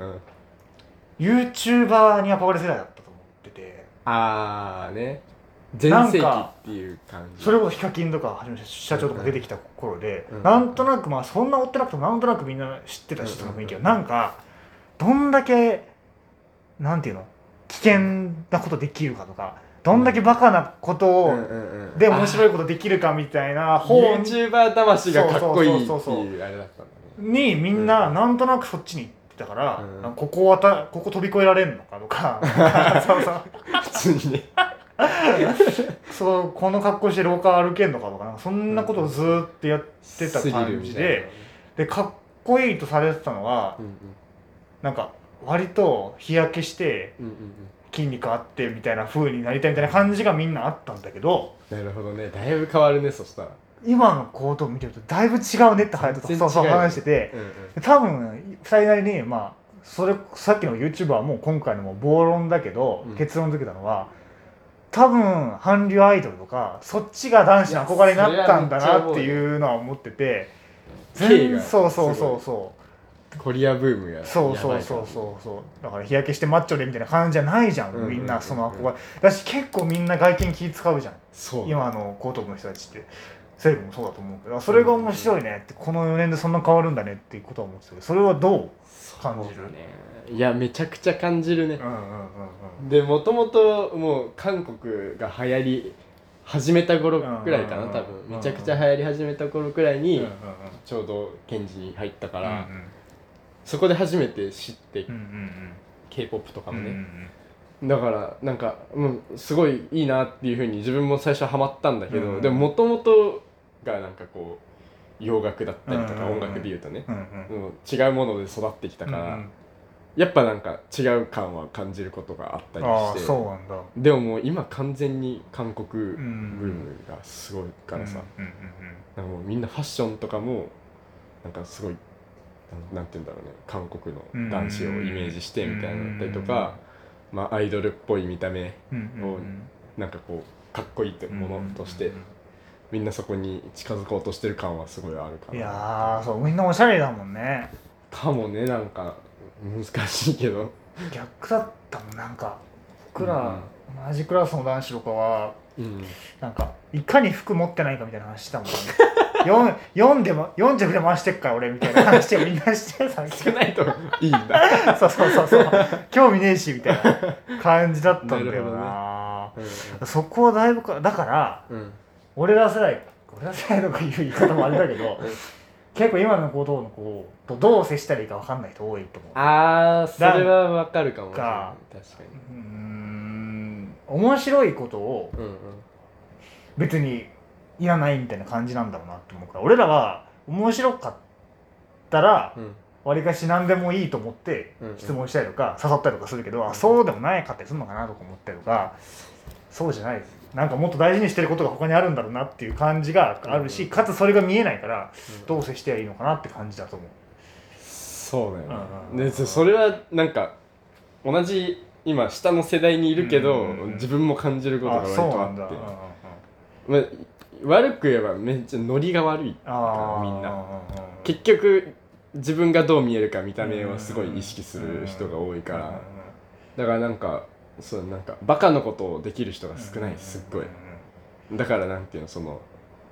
、YouTuber に憧れ世代だったと思ってて、 あーね全盛期っていう感じ、 それこそヒカキンとか社長とか出てきた頃で、うんうん、なんとなくまあそんな追ってなくてもなんとなくみんな知ってたし、その雰囲気はなんかどんだけなんていうの危険なことできるかとか、どんだけバカなことを、うんうんうん、で面白いことできるかみたいな本 YouTuber 魂がかっこいいっていうあれだったんだねにみんななんとなくそっちに行ってたから、うん、ここはたここ飛び越えられるのかとかそうそう普通にねそうこの格好して廊下歩けんのかとか、なんかそんなことをずーっとやってた感じで、でかっこいいとされてたのは、うんうん、なんか割と日焼けして筋肉あってみたいな風になりたいみたいな感じがみんなあったんだけど、 なるほどね、だいぶ変わるね。そしたら今の行動を見てるとだいぶ違うねって隼人とそうそう話してて、うんうん、多分ふたりなりにまあそれさっきの YouTuber はもう今回のも暴論だけど、うん、結論付けたのは多分韓流アイドルとかそっちが男子の憧れになったんだなっていうのは思ってて、全そうそうそうそうコリアブームがそうそうそうそうそうだから日焼けしてマッチョでみたいな感じじゃないじゃん、うんうんうんうん、みんなその憧れだし、結構みんな外見気使うじゃん、そう今の江東区の人たちって。セレブもそうだと思うけど、それが面白いねって、このよねんでそんな変わるんだねっていうことは思ってたけど、それはどう感じる？ ね、いやめちゃくちゃ感じるね、 うんうんうんうん、 でもともともう韓国が流行り始めた頃くらいかな、多分めちゃくちゃ流行り始めた頃くらいにちょうどケンジに入ったから、うんうん、そこで初めて知って、うんうんうん、ケーポップ とかもね、うんうん、だからなんか、うん、すごいいいなっていう風に自分も最初ハマったんだけど、うんうん、でももともとがなんかこう洋楽だったりとか、うんうんうん、音楽でいうとね、うんうん、違うもので育ってきたから、うんうん、やっぱなんか違う感は感じることがあったりして、 あ、そうなんだ。 でももう今完全に韓国ブームがすごいからさ、うんうんうんうん、なんかもうみんなファッションとかもなんかすごいなんて言うんだろうね、韓国の男子をイメージしてみたいなのだったりとか、まあ、アイドルっぽい見た目をなんかこうかっこいいものとしてみんなそこに近づこうとしてる感はすごいあるかな。 いやー、そう、みんなおしゃれだもんね。 かもね、なんか難しいけど逆だったもん。なんか僕ら、うん、同じクラスの男子とかは、うん、なんかいかに服持ってないかみたいな話したもんね読んでも読んじゃくで回してっから俺みたいな話をみんなしてさ少ないといいんだそうそうそうそう興味ねえしみたいな感じだったんだよな、ね、うん、そこはだいぶかだから、うん、俺ら世代俺ら世代とかいう言い方もあれだけど、うん、結構今の子の子とどう接したらいいか分かんない人多いと思う。 ああ、それは分かるかもしれない。確かに。うーん、面白いことを別にいらないみたいな感じなんだろうなって思うから、俺らは面白かったらわりかし何でもいいと思って質問したりとか誘ったりとかするけど、うんうん、そうでもないかったりするのかなとか思ったりとか、そうじゃないです。なんかもっと大事にしてることが他にあるんだろうなっていう感じがあるし、うんうん、かつそれが見えないからどう接してはいいのかなって感じだと思う。 そうだよね、うんうん、でそれはなんか同じ今下の世代にいるけど、うんうんうん、自分も感じることが割とあって、あ、まあ、悪く言えばめっちゃノリが悪いからみんな結局自分がどう見えるか見た目はすごい意識する人が多いから、だからなんかそうなんかバカのことをできる人が少ない、すっごい。だからなんていうの、その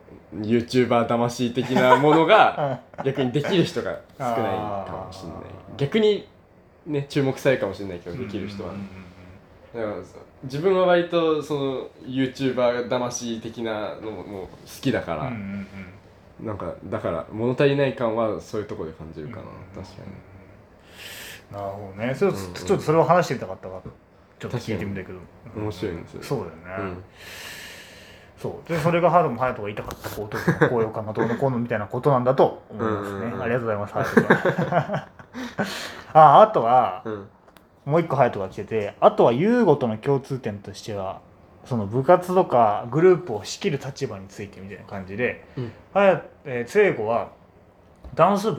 YouTuber 魂的なものが逆にできる人が少ないかもしれない。逆にね注目されるかもしれないけどできる人はね。だから自分は割とその YouTuber 魂的なのも好きだから、うんうんうん、なんかだから物足りない感はそういうところで感じるかな、うんうんうん、確かに。なるほどね。ちょっと、うんうん、ちょっとそれを話してみたかったからちょっと聞いてみたけど、 面白いんですよ。 そうだよね、うん、そうでそれがハードもハヤトが言いたかったことの高揚感がどうのこうのみたいなことなんだと思いますね。うんうんうん、ありがとうございます、ハヤトああとは、うん、もう一個ハヤトが来てて、あとはユーゴとの共通点としてはその部活とかグループを仕切る立場についてみたいな感じで、うん、はやえー、聖子はダンス部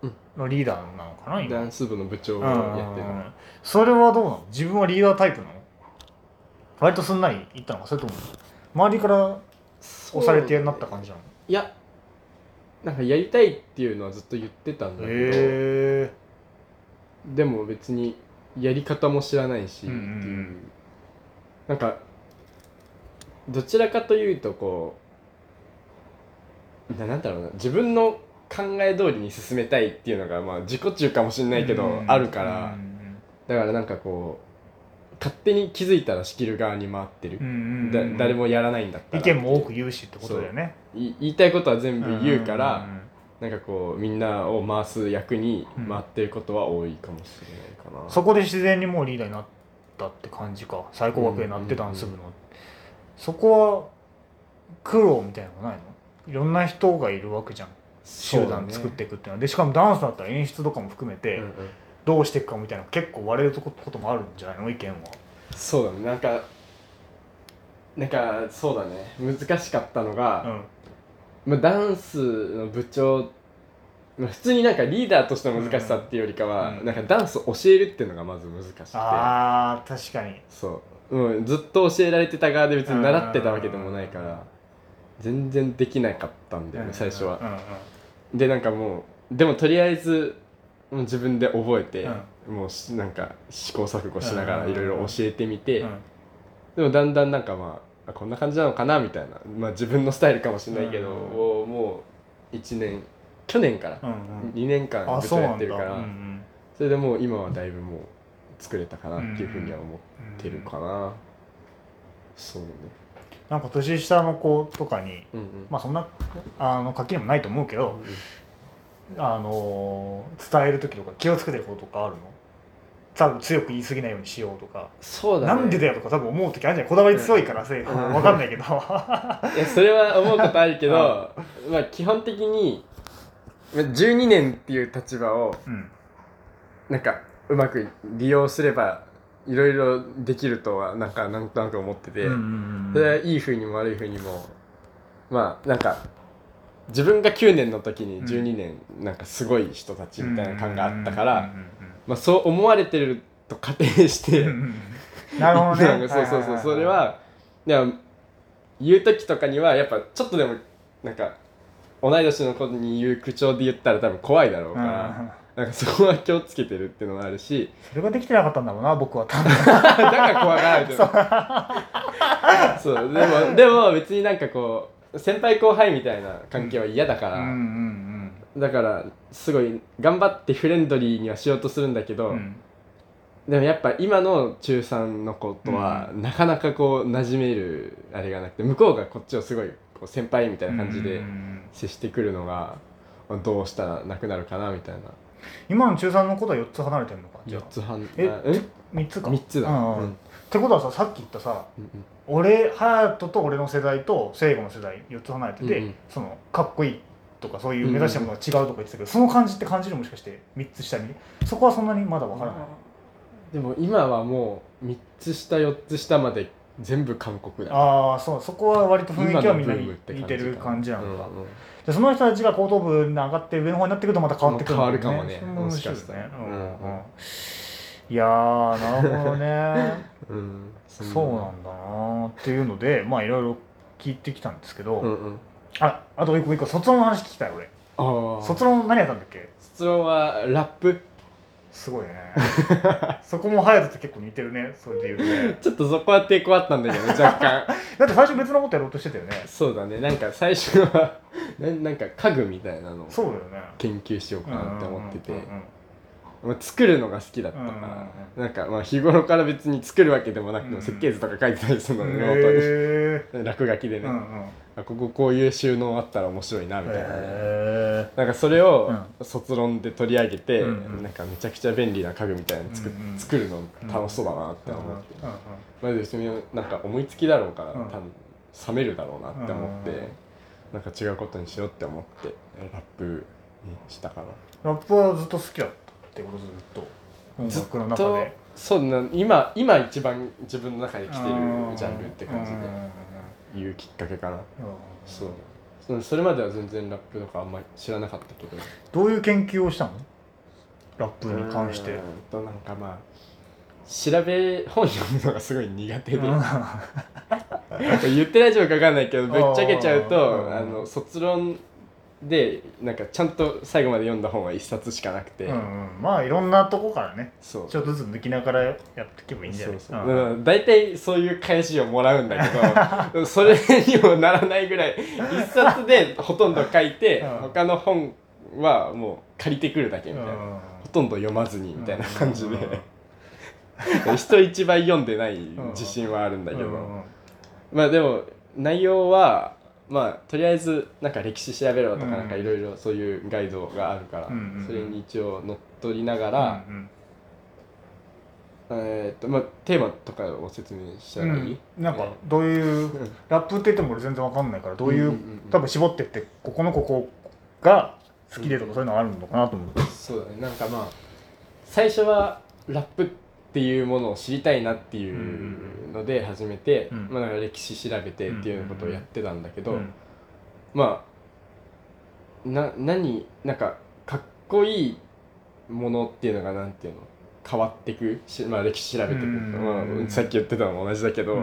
のリーダーなのかな、今ダンス部の部長をやってるの。 それはどうなの？自分はリーダータイプなの？割とすんなりいったのか、それとも周りから押されてなった感じなの？ いやなんかやりたいっていうのはずっと言ってたんだけど、 へー。 でも別にやり方も知らないしっていう、 うんうんうん、 なんかどちらかというとこうな、なんだろうな、自分の考え通りに進めたいっていうのがまあ自己中かもしれないけど、 うんうん、 あるから、 うんうん、 だからなんかこう勝手に気づいたら仕切る側に回ってる、 うんうんうん、 だ誰もやらないんだったら意見も多く言うしってことだよね。 言いたいことは全部言うから、 うんうんうん、 なんかこうみんなを回す役に回ってることは多いかもしれないかな、 うん、そこで自然にもうリーダーになったって感じか。最高学年になってダンス部の、うんうんうん、そこは苦労みたいなのないの？いろんな人がいるわけじゃん、集団作っていくっていうのは。でしかもダンスだったら演出とかも含めてどうしていくかみたいな結構割れることもあるんじゃないの、意見は。 そうだね、なんかなんかそうだね、難しかったのが、うんまあ、ダンスの部長、まあ、普通になんかリーダーとしての難しさっていうよりかは、うん、なんかダンスを教えるっていうのがまず難しくて、 あー確かにそうもうずっと教えられてた側で別に習ってたわけでもないから全然できなかったんだよね最初は、うんうんうん、でなんかもうでもとりあえずもう自分で覚えて、うん、もうなんか試行錯誤しながらいろいろ教えてみて、うんうんうん、でもだんだんなんかまあこんな感じなのかなみたいな、まあ自分のスタイルかもしれないけど、うんうん、もういちねん去年からにねんかん部長やってるから、うんうん、それでもう今はだいぶもう作れたかなっていうふうには思ってるかな、うんうん、そうね。 なんか年下の子とかに、 うんうん、 まあそんなあの垣根もないと思うけど、うんうん、あの伝える時とか気をつけてることとかあるの？多分強く言い過ぎないようにしようとか、 そうだね、 なんでだよとか多分思う時あるじゃん。こだわり強いからせ、うん、分かんないけどいやそれは思うことあるけどまあ基本的にじゅうにねんっていう立場を、うん、なんかうまく利用すればいろいろできるとはなんかなんとなく思ってて、うんうんうん、それはいい風にも悪い風にもまあなんか自分がきゅうねんの時にじゅうにねんなんかすごい人たちみたいな感があったからまあそう思われてると仮定してなるほどねそうそうそうそれはでも言う時とかにはやっぱちょっとでもなんか同い年の子に言う口調で言ったら多分怖いだろうから、なんかそこは気をつけてるっていうのがあるし、 それができてなかったんだろうな僕は多分だから怖がられてるそうそうでもでも別になんかこう先輩後輩みたいな関係は嫌だから、うんうんうんうん、だからすごい頑張ってフレンドリーにはしようとするんだけど、うん、でもやっぱ今の中さんの子とはなかなかこう馴染めるあれがなくて、向こうがこっちをすごいこう先輩みたいな感じで接してくるのがどうしたらなくなるかなみたいな。 今の中さんの子とはよっつ離れてるのか？ よっつ離れえみっつかみっつだ、 うんうん、ってことはささっき言ったさ、うんうん、俺隼人と俺の世代と聖子の世代よっつ離れてて、うんうん、そのかっこいいとかそういう目指したものが違うとか言ってたけど、うんうん、その感じって感じるもしかしてみっつ下にそこはそんなにまだわからない？ でも今はもうみっつ下よっつ下まで全部韓国だ。 ああそう、そこは割と雰囲気はみんなに似てる感じなのか、うんうん、でその人たちが高等部に上がって上の方になってくるとまた変わってくるんだよね。 変わるかもね、もしかしたら、うんうん、 いやーなるほどね、 うん、 そ, そうなんだなっていうのでまあいろいろ聞いてきたんですけど、うんうん、ああと一個一個卒論の話聞きたい俺。あ卒論何やったんだっけ？ 卒論はラップ。 すごいねそこも隼人と結構似てるね、それで言うとねちょっとそこは抵抗あったんだけど若干だって最初別のことやろうとしてたよね。 そうだね、なんか最初はな, なんか家具みたいなのを研究しようかなって思ってて、まあ、作るのが好きだったから、うんうんうん、なんかまあ日頃から別に作るわけでもなくても、うんうん、設計図とか書いてたりするので、ノートに落書きでね、うんうん、あこここういう収納あったら面白いなみたいな、ね、なんかそれを卒論で取り上げて、うんうん、なんかめちゃくちゃ便利な家具みたいなの 作,、うんうん、作るの楽しそうだなって思って、うんうん、まあ別になんか思いつきだろうから、うん、多分冷めるだろうなって思って、うん、なんか違うことにしようって思ってラップにしたかな。 ラップはずっと好きだったってこと？ずっと音楽の中で。 そうな、今今一番自分の中で来てるジャンルって感じで言うきっかけかな。そうそそれまでは全然ラップとかあんまり知らなかったけど。 どういう研究をしたの？ラップに関して。 うんとなんかまあ調べ本読むのがすごい苦手で言って大丈夫か分かんないけどぶっちゃけちゃうとあの卒論でなんかちゃんと最後まで読んだ本はいっさつしかなくて、 うんうん、まあいろんなとこからねそうちょっとずつ抜きながらやっていけばいいんじゃないですか。 大体そういう返しをもらうんだけどそれにもならないぐらいいっさつでほとんど書いて、うん、他の本はもう借りてくるだけみたいな、うん、ほとんど読まずにみたいな感じで、うん、人一倍読んでない自信はあるんだけど、うん、まあでも内容はまあとりあえずなんか歴史調べろとかなんかいろいろそういうガイドがあるから、うん、それに一応乗っ取りながら、うんうん、えー、っとまあテーマとかを説明したらいい？ うん、なんかどういうラップって言っても俺全然わかんないからどういう、うんうんうん、多分絞ってってここのここが好きでとかそういうのあるのかなと思って、うん、 そうだね。なんかまあ最初はラップっていうものを知りたいなっていうので始めて、うんまあ、なんか歴史調べてっていうことをやってたんだけど、うん、まあな何なんかかっこいいものっていうのがなんていうの変わってくし、まあ、歴史調べてくる、うんまあ、さっき言ってたのも同じだけど、うん、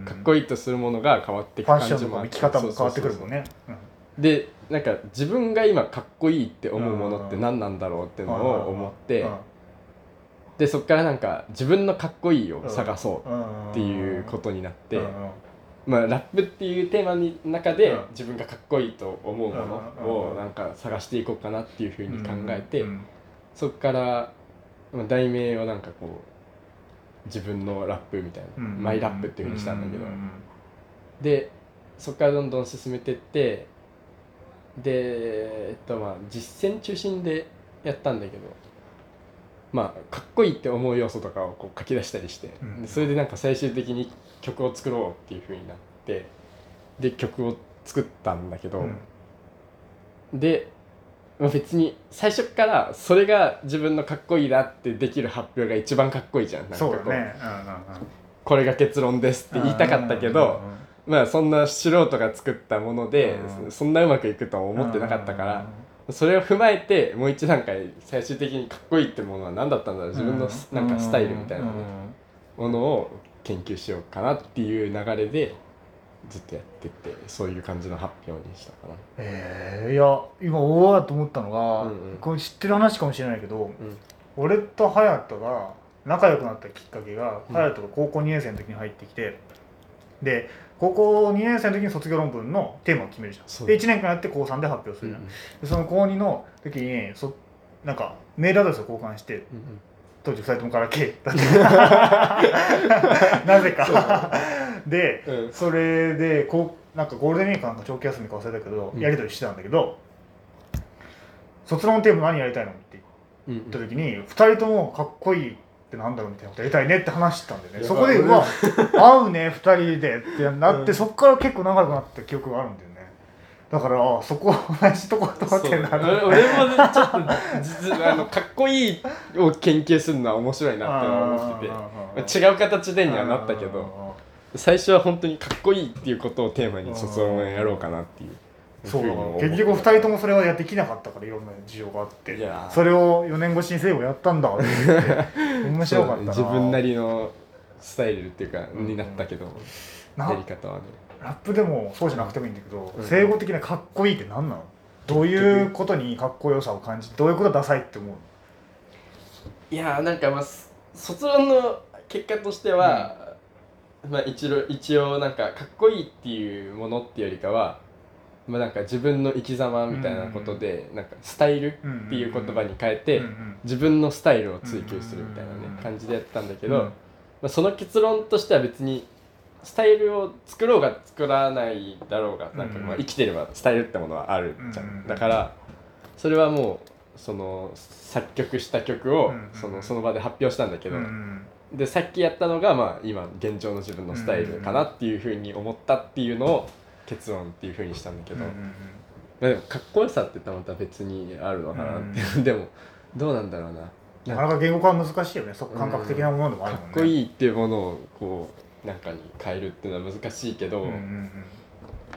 かっこいいとするものが変わってく感じもあって、 ファッションの生き方も変わってくるもんね。 でなんか自分が今かっこいいって思うものって何なんだろうっていうのを思って、でそっからなんか自分のかっこいいを探そうっていうことになって、まあラップっていうテーマの中で自分がかっこいいと思うものをなんか探していこうかなっていうふうに考えて、そっから題名をなんかこう自分のラップみたいなマイラップっていうふうにしたんだけど、でそっからどんどん進めてってでえっとまあ実践中心でやったんだけど、まあかっこいいって思う要素とかをこう書き出したりして、うん、でそれでなんか最終的に曲を作ろうっていう風になってで曲を作ったんだけど、うん、で、まあ、別に最初からそれが自分のかっこいいなってできる発表が一番かっこいいじゃん。なんかこう、そうだね、うんうんうん、これが結論ですって言いたかったけど、うんうんうんうん、まあそんな素人が作ったもので、うん、そんなうまくいくとは思ってなかったから、うん、それを踏まえてもう一段階最終的にかっこいいってものは何だったんだろう、自分のなんかスタイルみたいな、ねうん、ものを研究しようかなっていう流れでずっとやってってそういう感じの発表にしたかな。 えー、いや今おおと思ったのが、うんうん、これ知ってる話かもしれないけど、うん、俺と隼人が仲良くなったきっかけが、うん、隼人が高校にねん生の時に入ってきてで高校にねん生の時に卒業論文のテーマを決めるじゃん。でいちねんかんやって高さんで発表するじゃん、うんうん、でその高にの時にそなんかメールアドレスを交換して、うんうん、当時ふたりともからけだってなぜかで、うん、それでこうなんかゴールデンウィークなんか長期休みか忘れたけど、うん、やり取りしてたんだけど卒論テーマ何やりたいのって言った時に、うんうん、ふたりともかっこいいってなんだろうみたいなことやりたいねって話してたんだよね。そこでうわ合うねふたりでってなって、うん、そこから結構長くなった記憶があるんだよね。だからそこ同じとことってなる。 俺もちょっと実あのかっこいいを研究するのは面白いなって思ってて違う形でにはなったけど最初は本当にかっこいいっていうことをテーマに卒論をやろうかなっていう。 そう結局ふたりともそれはできなかったからいろんな事情があってそれをよねん越しに最後やったんだって面白かったな。 自分なりのスタイルっていうか、うん、になったけどやり方はねラップでもそうじゃなくてもいいんだけど、うん、正語的なかっこいいって何なの？どういうことにかっこよさを感じどういうことダサいって思う？ いやなんかまあ卒論の結果としては、うんまあ、一応一応なんかかっこいいっていうものっていうよりかはまあ、なんか自分の生き様みたいなことで、うん、なんかスタイルっていう言葉に変えて、うんうん、自分のスタイルを追求するみたいなね、うんうん、感じでやったんだけど、うんまあ、その結論としては別にスタイルを作ろうが作らないだろうがなんかまあ生きてればスタイルってものはあるじゃん、うんうん、だからそれはもうその作曲した曲をその、その場で発表したんだけど、うんうん、でさっきやったのがまあ今現状の自分のスタイルかなっていうふうに思ったっていうのを結論っていう風にしたんだけど、うんうんうん、まあ、でもかっこよさってまた別にあるのかなって、うん、でもどうなんだろうな。 なかなか言語化は難しいよね。そ感覚的なものでもあるもんね、 うん、かっこいいっていうものをこうなんかに変えるっていうのは難しいけど、うんうんうん、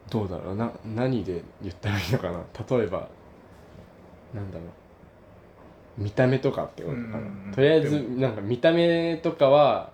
どうだろうな、何で言ったらいいのかな。例えばなんだろう、見た目とかってことかな、うんうんうん、とりあえずなんか見た目とかは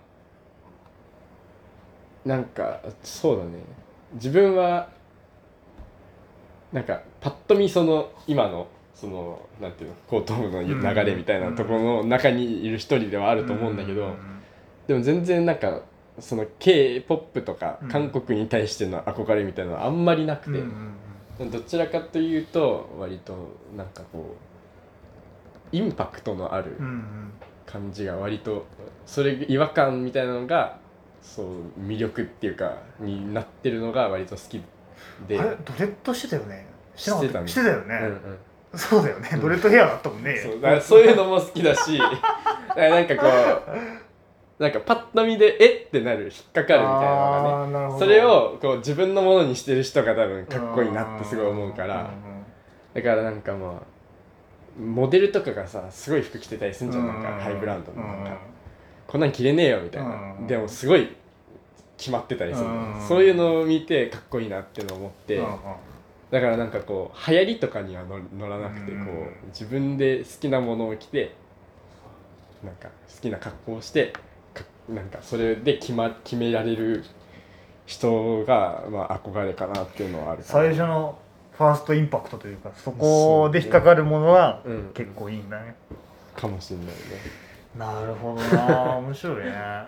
なんかそうだね、自分はなんかパッと見その今のそのなんていうの高等部の流れみたいなところの中にいる一人ではあると思うんだけど、でも全然なんかその K-ポップ とか韓国に対しての憧れみたいなのはあんまりなくて、どちらかというと割となんかこうインパクトのある感じが割とそれ違和感みたいなのがそう魅力っていうかになってるのが割と好きで。 あれドレッドしてたよね。 してたね。 してたよね、 うんうん、 そうだよね、うん、ドレッドヘアだったもんね。 そうだからそういうのも好きだしだからなんかこうなんかパッと見でえってなる引っかかるみたいなのがね、それをこう自分のものにしてる人が多分かっこいいなってすごい思うから、だからなんかまあモデルとかがさすごい服着てたりするんじゃん、なんかハイブランドのなんかこんなん着れねえよみたいな、でもすごい決まってたりするの、そういうのを見てかっこいいなってのを思って、だからなんかこう流行りとかには乗らなくて、こう自分で好きなものを着てなんか好きな格好をしてなんかそれで決ま決められる人がまあ憧れかなっていうのはあるかな。 最初のファーストインパクトというかそこで引っかかるものは結構いいんだね、 うん、かもしれないね。 なるほどな面白いねえ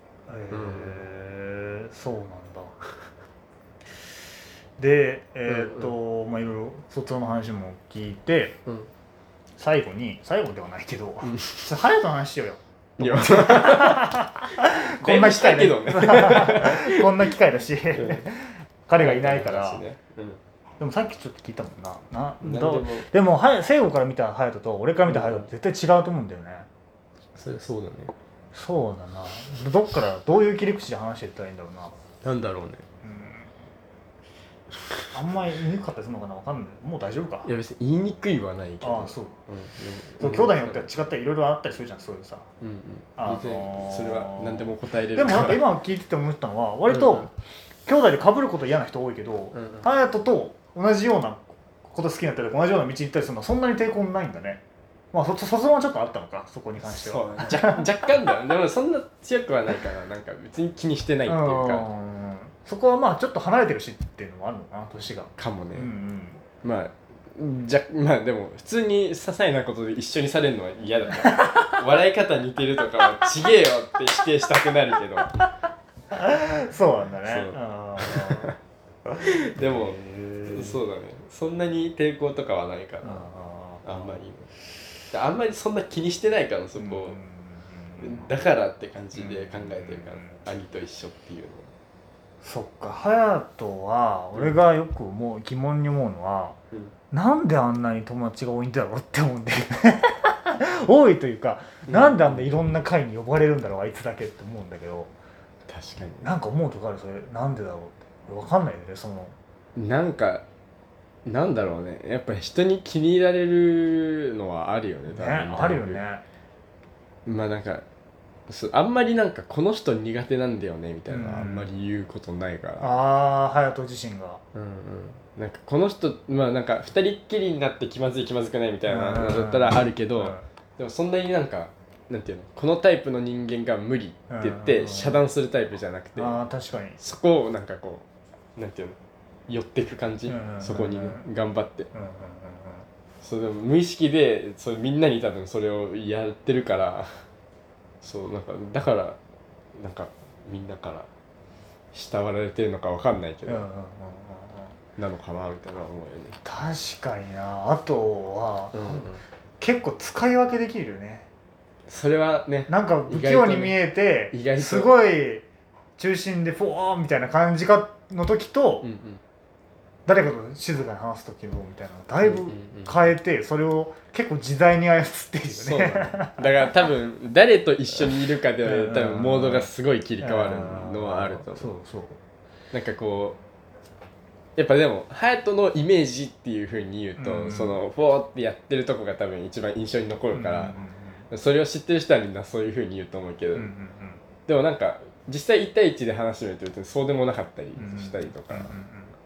ー、うん、そうなんだ。でえっ、ー、と、うんうん、まあいろいろ卒の話も聞いて、うん、最後に最後ではないけど、うん、隼人の話しようよ。いやこんな機会だけどねこんな機会だし、うん、彼がいないから、ね、うん、でもさっきちょっと聞いたもんな。なでもでも聖子から見た隼人と俺から見た隼人って絶対違うと思うんだよね。 それそうだね。 そうだな。どっからどういう切り口で話していったらいいんだろうな。 なんだろうね。 あんまり言いにくかったりするのかな、わかんない。もう大丈夫か。 いや別に言いにくいはないけど。 ああそう。うん、そう兄弟によっては違ったりいろいろあったりするじゃん、そういうさ。うんうん。 あのー、それは何でも答えれる。 でもなんか今聞いてて思ったのは割と、うんうん、兄弟で被ること嫌な人多いけど、隼人、うんうん、と同じようなこと好きになったり同じような道に行ったりするのはそんなに抵抗ないんだね。まあそ卒論はちょっとあったのか、そこに関しては。 そう若, 若干だよ。でもそんな強くはないからなんか別に気にしてないっていうか。 そこはまあちょっと離れてるしっていうのもあるのかな、年が。 かもね。うんうん、まあじゃまあでも普通に些細なことで一緒にされるのは嫌だから笑い方似てるとかはちげえよって否定したくなるけどそうなんだね。 でもそうだね、そんなに抵抗とかはないからあんまりあんまりそんな気にしてないからそこ、うん、だからって感じで考えてるから、うん、兄と一緒っていうの。 そっか、隼人は俺がよく思う疑問に思うのは、うん、なんであんなに友達が多いんだろうって思うんだよね多いというか、うん、なんであんないろんな会に呼ばれるんだろうあいつだけって思うんだけど。 確かになんか思うとこある、それなんでだろうって分かんないよね。そのなんかなんだろうね、やっぱり人に気に入られるのはあるよね。 ね、あるよね。 まあなんかあんまりなんかこの人苦手なんだよねみたいなのはあんまり言うことないから、うん、 ああ隼人自身がうんうんなんかこの人まあなんか二人っきりになって気まずい気まずくないみたいなのだったらあるけど、うんうん、でもそんなになんかなんていうのこのタイプの人間が無理って言って遮断するタイプじゃなくて、 あ確かにそこをなんかこうなんていうの寄っていく感じ、うんうん、そこに、ね、頑張って、うんうんうんうん、そうでも無意識でそうみんなに多分それをやってるからそうなんかだからなんかみんなから慕われてるのかわかんないけど、うんうんうんうん、なのかなみたいな思うよね。 確かにな。あとは、うんうん、結構使い分けできるよね。 それはねなんか不器用に見えて、ね、すごい中心でフォーみたいな感じかの時と、うんうん、誰かと静かに話す時のみたいなのだいぶ変えて、それを結構自在に操っているよね。そうだね。だから多分誰と一緒にいるかでは多分モードがすごい切り替わるのはあると思う。そうそう。なんかこうやっぱでも隼人のイメージっていう風に言うと、うんうん、そのフォーってやってるとこが多分一番印象に残るから、うんうんうん、それを知ってる人はみんなそういう風に言うと思うけど、うんうんうん、でもなんか実際いち対いちで話してみると別にそうでもなかったりしたりとか。うんうんうんうん、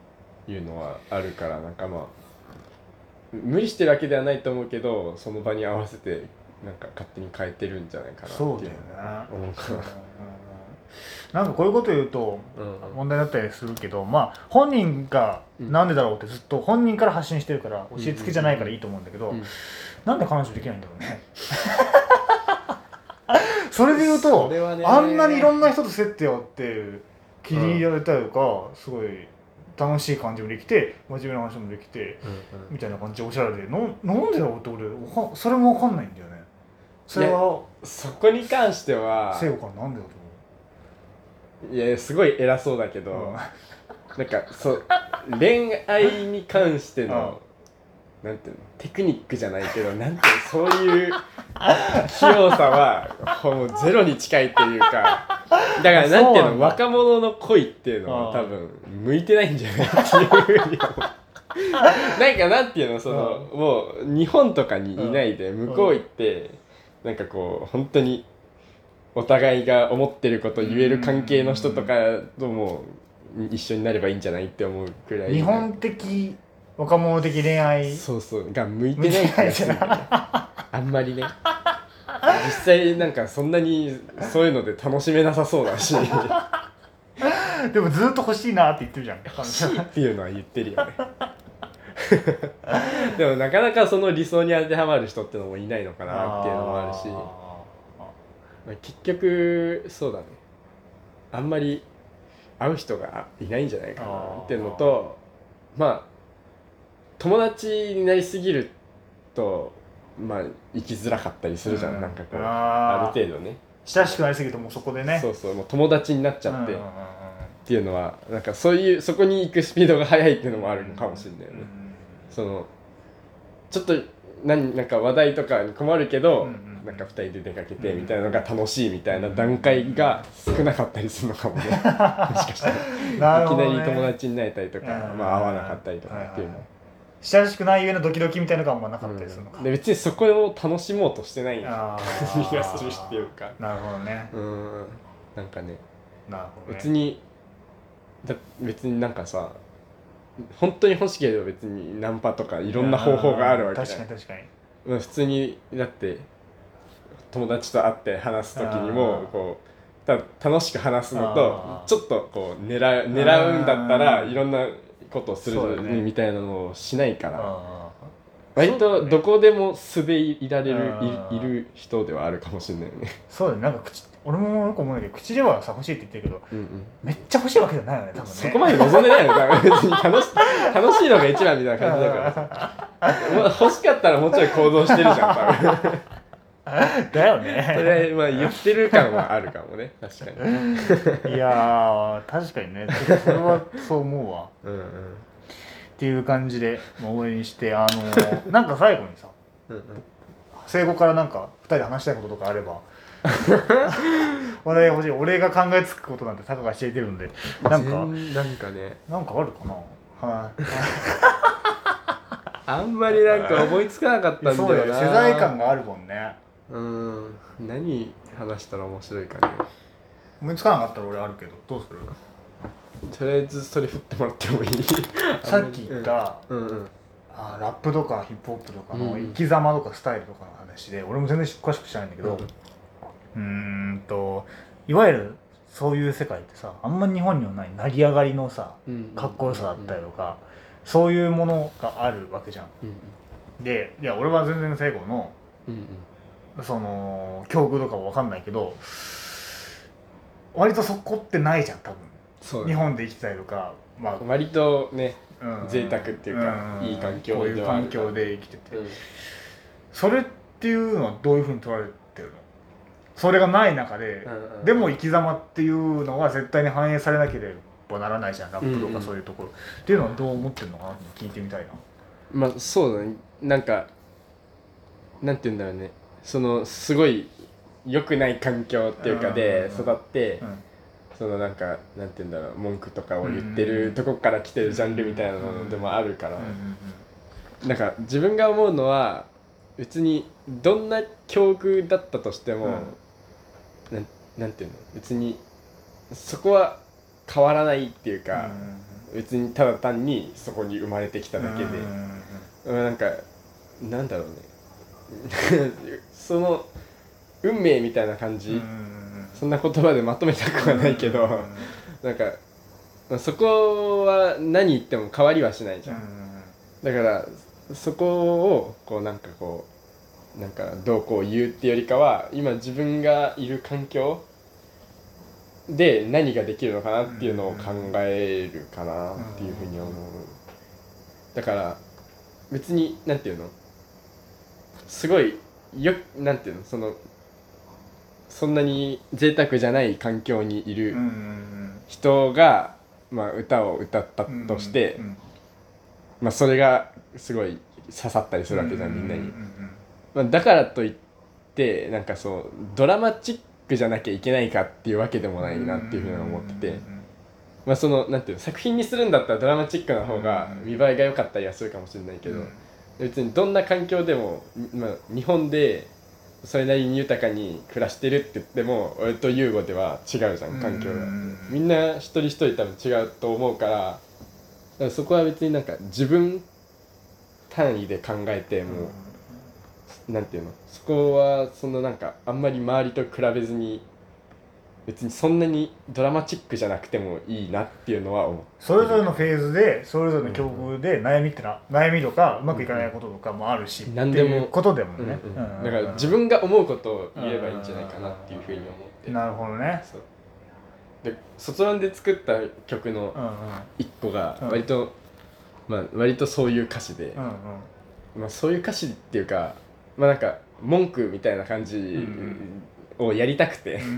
いうのはあるから、なんかまあ無理してるわけではないと思うけど、その場に合わせてなんか勝手に変えてるんじゃないかなっていうそうだよね思うかな。 なんかこういうこと言うとうん問題だったりするけど、まあ本人がなんでだろうってずっと本人から発信してるから教えつけじゃないからいいと思うんだけど、 うんなんで彼女できないんだろうねそれで言うと、 それはねあんなにいろんな人と接点あって気に入られたりとか、すごい楽しい感じもできて真面目な話もできて、 うんうんみたいな感じでおしゃれで、ななんでだろうって俺わかそれも分かんないんだよね。それはそこに関しては聖子からなんでだと思う。 いやすごい偉そうだけど、 うんなんかそう恋愛に関してのなんていうのテクニックじゃないけど、なんていうのそういう器用さはもうゼロに近いっていうか、だからなんていうの若者の恋っていうのは多分向いてないんじゃないっていうふうに思うなんかなんていうのそのもう日本とかにいないで向こう行ってなんかこう本当にお互いが思ってること言える関係の人とかとも一緒になればいいんじゃないって思うくらい日本的若者的恋愛そうそうが向いてない気がする、ね、あんまりね実際なんかそんなにそういうので楽しめなさそうだしでもずっと欲しいなって言ってるじゃん。 欲しいっていうのは言ってるよねでもなかなかその理想に当てはまる人ってのもいないのかなっていうのもあるし、まあ、結局そうだねあんまり会う人がいないんじゃないかなっていうのと、まあ友達になりすぎるとまあ生きづらかったりするじゃん、うん、なんかこう あ, ある程度ね親しくなりすぎるともうそこでねそうそうもう友達になっちゃって、うんうんうん、っていうのはなんかそういうそこに行くスピードが速いっていうのもあるかもしれないよね、うんうん、そのちょっと何なんか話題とかに困るけど、うんうん、なんかふたりで出かけてみたいなのが楽しいみたいな段階が少なかったりするのかもねもしかしたら、ね、いきなり友達になれたりとか、まあ、会わなかったりとかっていうの、はいはい、 親しくない上のドキドキみたいなのがあんまなかったりするのか、 うん、で別にそこを楽しもうとしてない感じがするっていうかなるほどねうんなんかねなるほどね別にだ別になんかさ本当に欲しければ別にナンパとかいろんな方法があるわけじゃん。 確かに確かに、 まあ、普通にだって友達と会って話す時にもこうた楽しく話すのとちょっとこう狙う狙うんだったらいろんなことをする、ね、みたいなのをしないから割とどこでも素でいられる い, いる人ではあるかもしれないよね。 そうだねなんか口俺もよく思うんだけど口ではさ欲しいって言ってるけど、うんうん、めっちゃ欲しいわけじゃないよね多分ね。 そこまで望んでないのか別に楽し楽しいのが一番みたいな感じだからさ欲しかったらもうちょい行動してるじゃん多分だよねそれまあ言ってる感はあるかもね確かにいや確かにねそれはそう思うわうん、うん、っていう感じで応援してあのなんか最後にさうん、うん、生後からなんかふたりで話したいこととかあれば話題が欲しい。俺が考えつくことなんてたかが知れてるんでなんかなんかねなんかあるかなはいあんまりなんか思いつかなかったんだよな。そうだよ世代感があるもんね。 うん何話したら面白いかね。 思いつかなかったら俺あるけどどうする？ とりあえずそれ振ってもらってもいい？ さっき言った、うんうん、あラップとかヒップホップとかの生き様とかスタイルとかの話で、うん、俺も全然詳しく知らないんだけど、うん、うーんといわゆるそういう世界ってさあんまり日本にはない成り上がりのさかっこよさだったりとか、うんうん、そういうものがあるわけじゃん、うんうん、でいや俺は全然聖子の、うんうん、その境遇とかは分かんないけど割とそこってないじゃん多分そう、ね、日本で生きたりとか、まあ、 割とね、うん、贅沢っていうか、うん、いい環境でこういう環境で生きてて、うん、それっていうのはどういうふうに取られてるの？それがない中で、うんうん、でも生き様っていうのは絶対に反映されなければならないじゃんラップとかそういうところ、うんうん、っていうのはどう思ってるのかなって聞いてみたいな。 まあそうだねなんかなんて言うんだろうねそのすごい良くない環境っていうかで育って、うんうんうん、そのなんかなんて言うんだろう文句とかを言ってるとこから来てるジャンルみたいなのでもあるから、うんうんうん、なんか自分が思うのは別にどんな境遇だったとしても、うん、な, なんていうの別にそこは変わらないっていうか、 うん、 別にただ単にそこに生まれてきただけで、うん、なんかなんだろうねその運命みたいな感じ、うん、そんな言葉でまとめたくはないけど、うん、なんかそこは何言っても変わりはしないじゃん、うん、だからそこをこうなんかこうなんかどうこう言うってよりかは今自分がいる環境で何ができるのかなっていうのを考えるかなっていうふうに思う。だから別になんていうのすごいよなんていうのそのそんなに贅沢じゃない環境にいる人が、まあ、歌を歌ったとして、まあ、それがすごい刺さったりするわけじゃんみんなに、まあ、だからといってなんかそうドラマチックじゃなきゃいけないかっていうわけでもないなっていうふうに思ってて、まあそのなんていうの作品にするんだったらドラマチックな方が見栄えが良かったりはするかもしれないけど、別にどんな環境でも、まあ、日本でそれなりに豊かに暮らしてるって言っても俺と優吾では違うじゃん環境が。みんな一人一人多分違うと思うから、だからそこは別になんか自分単位で考えてもうなんていうのそこはそのなんかあんまり周りと比べずに別にそんなにドラマチックじゃなくてもいいなっていうのは思う。 それぞれのフェーズでそれぞれの境遇で悩みってな、うん、悩みとかうまくいかないこととかもあるし、うん、っていうことでもね、 うんうんうん、だから自分が思うことを言えばいいんじゃないかなっていうふうに思って。 なるほどね。そうで卒論で作った曲の一個が割と、うんうんまあ、割とそういう歌詞で、うんうんまあ、そういう歌詞っていうかまあなんか文句みたいな感じをやりたくて、うんうん、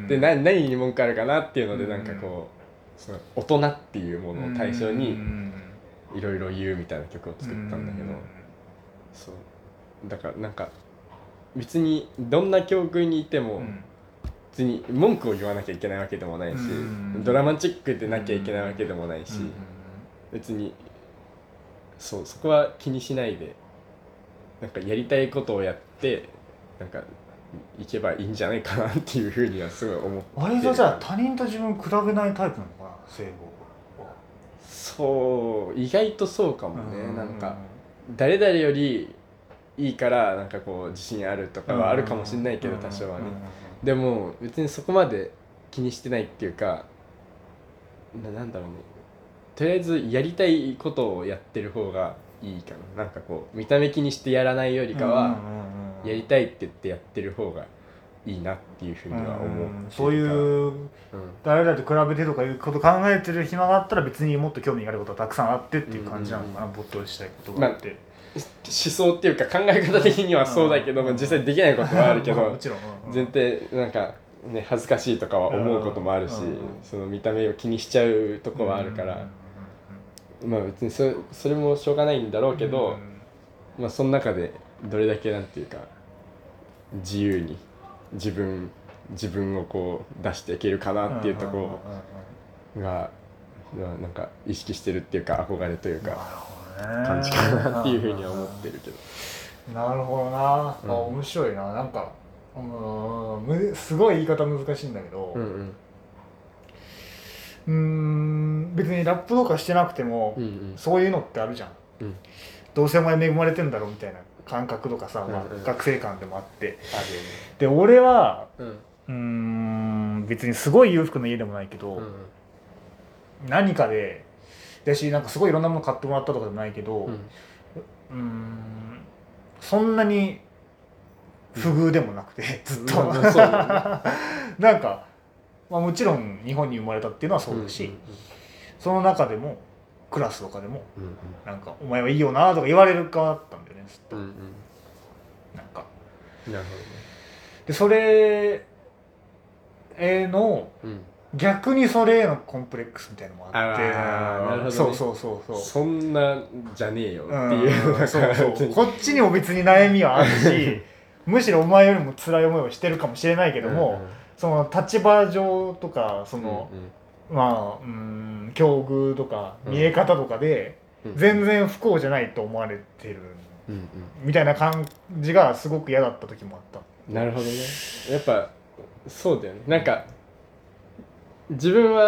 でな何に文句あるかなっていうのでなんかこうその大人っていうものを対象にいろいろ言うみたいな曲を作ったんだけど、そうだからなんか別にどんな境遇にいても別に文句を言わなきゃいけないわけでもないし、ドラマチックでなきゃいけないわけでもないし、別にそうそこは気にしないでなんかやりたいことをやってなんかいけばいいんじゃないかなっていうふうにはすごい思ってる。 割とじゃあ他人と自分比べないタイプなのかな聖子は。 そう意外とそうかもね。なんか誰々よりいいからなんかこう自信あるとかはあるかもしれないけど多少はね。でも別にそこまで気にしてないっていうか な, なんだろうねとりあえずやりたいことをやってる方がいいかな。なんかこう見た目気にしてやらないよりかはやりたいって言ってやってる方がいいなっていうふうには思う。うん、 そういう、うん、誰々と比べてとかいうこと考えてる暇があったら別にもっと興味があることはたくさんあってっていう感じなのかな、うん、没頭したいことがあって、まあ、 思想っていうか考え方的にはそうだけど、うん、実際できないことはあるけど、 もちろん、うん、 前提なんかね恥ずかしいとかは思うこともあるし、うん、その見た目を気にしちゃうとこはあるから、うん、まあ別に そ, それもしょうがないんだろうけど、うん、まあその中でどれだけなんていうか自由に自分自分をこう出していけるかなっていうところがなんか意識してるっていうか憧れというか感じかなっていうふうには思ってるけど。 なるほどな、うん、あ面白いな。なんかうんすごい言い方難しいんだけど、うん、うん、うーん別にラップとかしてなくても、うんうん、そういうのってあるじゃん、うん、どうせお前恵まれてんだろうみたいな感覚とかさ、まあうんうん、学生間でもあってあるよ、ね、で俺は、うん、うーん別にすごい裕福な家でもないけど、うん、何かでだしなんかすごいいろんなもの買ってもらったとかでもないけど、うん、うーんそんなに不遇でもなくて、うん、ずっと、うん、そうだね、なんか、まあ、もちろん日本に生まれたっていうのはそうだし、うんうんうん、その中でもクラスとかでも、うんうん、なんかお前はいいよなとか言われる側だったんだよねずっと、うんうん、なんかなるほどね。 でそれへの、うん、逆にそれへのコンプレックスみたいなのもあって、 あなるほど、ね、 そうそうそうそうそんなじゃねえよっていう、 うん、そうそうこっちにも別に悩みはあるしむしろお前よりも辛い思いをしてるかもしれないけども、うんうん、その立場上とかその、うんうん、まあうん境遇とか見え方とかで、うん、全然不幸じゃないと思われてる、うんうん、みたいな感じがすごく嫌だった時もあった。 なるほどね。やっぱそうだよね。なんか自分は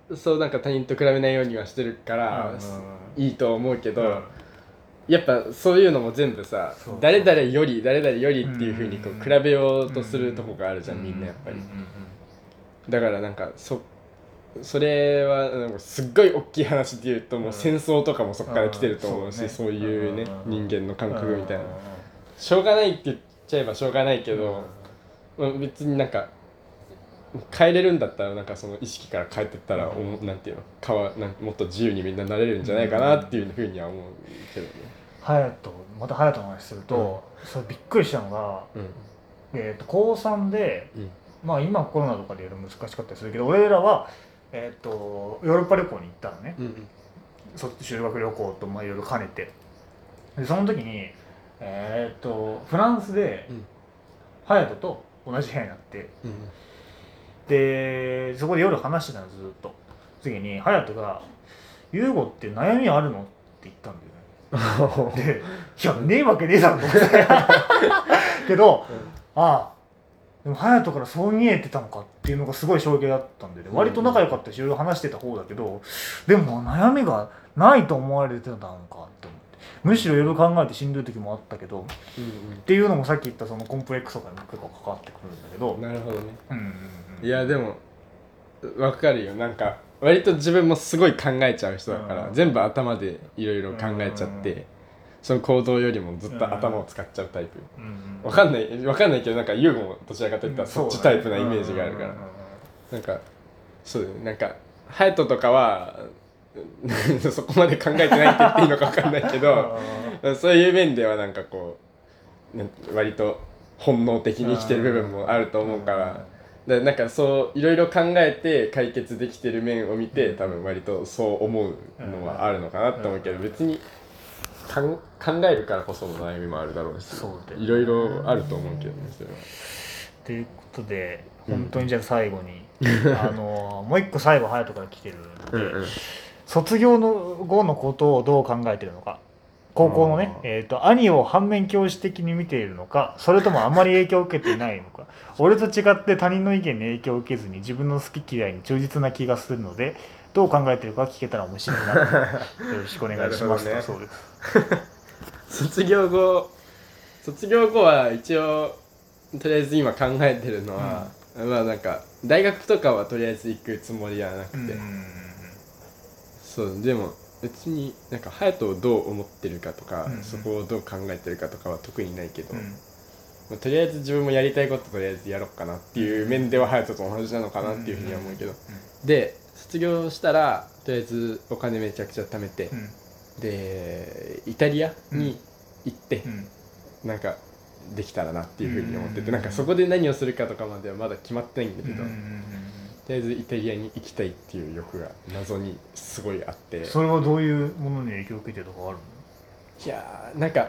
そうなんか他人と比べないようにはしてるから、うん、いいと思うけど、うん、やっぱそういうのも全部さ誰々より誰々よりっていう風にこう比べようとするとこがあるじゃん、うん、みんなやっぱり、うん、だからなんかそそれはなんかすっごい大きい話で言うともう戦争とかもそこから来てると思うし、うん、そうね、そういうね、うん、人間の感覚みたいな、うん、しょうがないって言っちゃえばしょうがないけど、うん、別になんか変えれるんだったらなんかその意識から変えてったら、うん、なんていうのかわなんもっと自由にみんななれるんじゃないかなっていうふうには思うけどね。 隼人また隼人の話すると、うん、それびっくりしたのが、うん、えー、と高さんで、うん、まあ今コロナとかでいろいろ難しかったりするけど俺らは、えー、とヨーロッパ旅行に行ったのね、うんうん、そ修学旅行とまあいろいろ兼ねてでその時に、えー、とフランスで隼人、うん、と同じ部屋になって、うん、でそこで夜話してたのずっと次に隼人が「ユーゴって悩みあるの?」って言ったんだよねで、いや、ねえわけねえだろと思ってけど、うん、ああでも隼人からそう見えてたのかっていうのがすごい衝撃だったんで、ね、割と仲良かったしいろいろ話してた方だけど、でも悩みがないと思われてたのかって思って、むしろいろいろ考えてしんどい時もあったけど、うんうん、っていうのもさっき言ったそのコンプレックスとかにも結構関わってくるんだけど。 なるほどね、うんうんうん、いやでも分かるよ。なんか割と自分もすごい考えちゃう人だから、うん、全部頭でいろいろ考えちゃって、うん、その行動よりもずっと頭を使っちゃうタイプ、うん、分かんない分かんないけどなんかユーゴもどちらかといったらそっちタイプなイメージがあるから、うん、なんかそうなんか隼人とかはそこまで考えてないって言っていいのか分かんないけどそういう面ではなんかこう割と本能的に生きてる部分もあると思うから、だなんかそういろいろ考えて解決できてる面を見て多分割とそう思うのはあるのかなって思うけど、別にかん考えるからこその悩みもあるだろうし、いろいろあると思うけどねそれは。 ということで本当にじゃあ最後に、うん、あのもう一個最後隼人から来てるので、うんうん、卒業の後のことをどう考えてるのか。高校のね、えーと、兄を反面教師的に見ているのか、それともあまり影響を受けていないのか俺と違って他人の意見に影響を受けずに自分の好き嫌いに忠実な気がするのでどう考えているか聞けたら面白いなよろしくお願いしますね、そうです卒業後卒業後は一応とりあえず今考えてるのは、うん、まあなんか大学とかはとりあえず行くつもりはなくて、うん、そうでも別になんか隼人をどう思ってるかとか、うんうん、そこをどう考えてるかとかは特にないけど、うんまあ、とりあえず自分もやりたいこととりあえずやろうかなっていう面では隼人と同じなのかなっていうふうには思うけど、うんうんうん、で卒業したらとりあえずお金めちゃくちゃ貯めて、うん、でイタリアに行って、うん、なんかできたらなっていうふうに思ってて、うんうん、なんかそこで何をするかとかまではまだ決まってないんだけど、うんうんうんとりあえずイタリアに行きたいっていう欲が謎にすごいあって。 それはどういうものに影響を受けてるとかあるの？ いやーなんか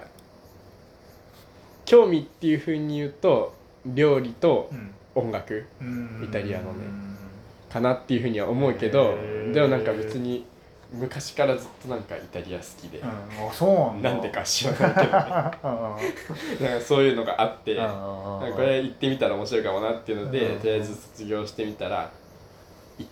興味っていう風に言うと料理と音楽、うん、イタリアのねかなっていう風には思うけど、でもなんか別に昔からずっとなんかイタリア好きで、うん、 あそうなんだなんでか知らないけどねなんかそういうのがあってこれ行ってみたら面白いかもなっていうのでとりあえず卒業してみたら行って、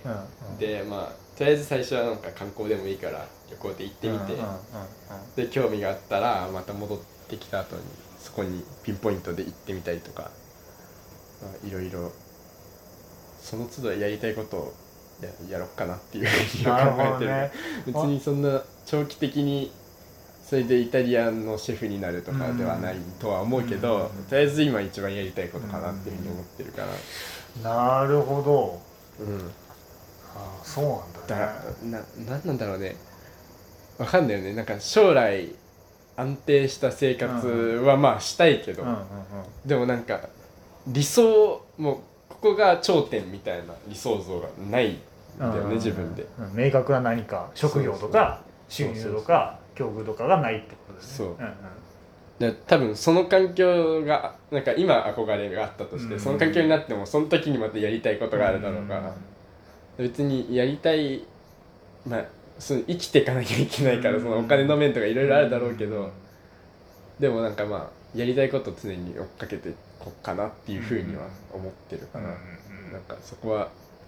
うんうん、でまあとりあえず最初はなんか観光でもいいから旅行で行ってみて、うんうんうんうん、で興味があったらまた戻ってきた後にそこにピンポイントで行ってみたりとか、まあ、いろいろその都度やりたいことを や, やろっかなっていうふうに考えてる、ね、別にそんな長期的にそれでイタリアンのシェフになるとかではないとは思うけど、うんうん、とりあえず今一番やりたいことかなっていうふうに思ってるから、 うん、なるほど、 うん、 あそうなんだね。 だな、なんなんだろうね。わかんないよね。なんか将来安定した生活はまあしたいけど、うんうんうんうん、でもなんか理想もうここが頂点みたいな理想像がないんだよね、うんうんうん、自分で、 うん、明確な何か職業とか収入とか境遇とかがないってことですね。そう、うんうんで多分その環境がなんか今憧れがあったとして、うん、その環境になってもその時にまたやりたいことがあるだろうから、うん、別にやりたい、まあその生きていかなきゃいけないから、うん、そのお金の面とかいろいろあるだろうけど、うん、でもなんかまあやりたいことを常に追っかけていこうかなっていうふうには思ってるから、うん、なんかそこは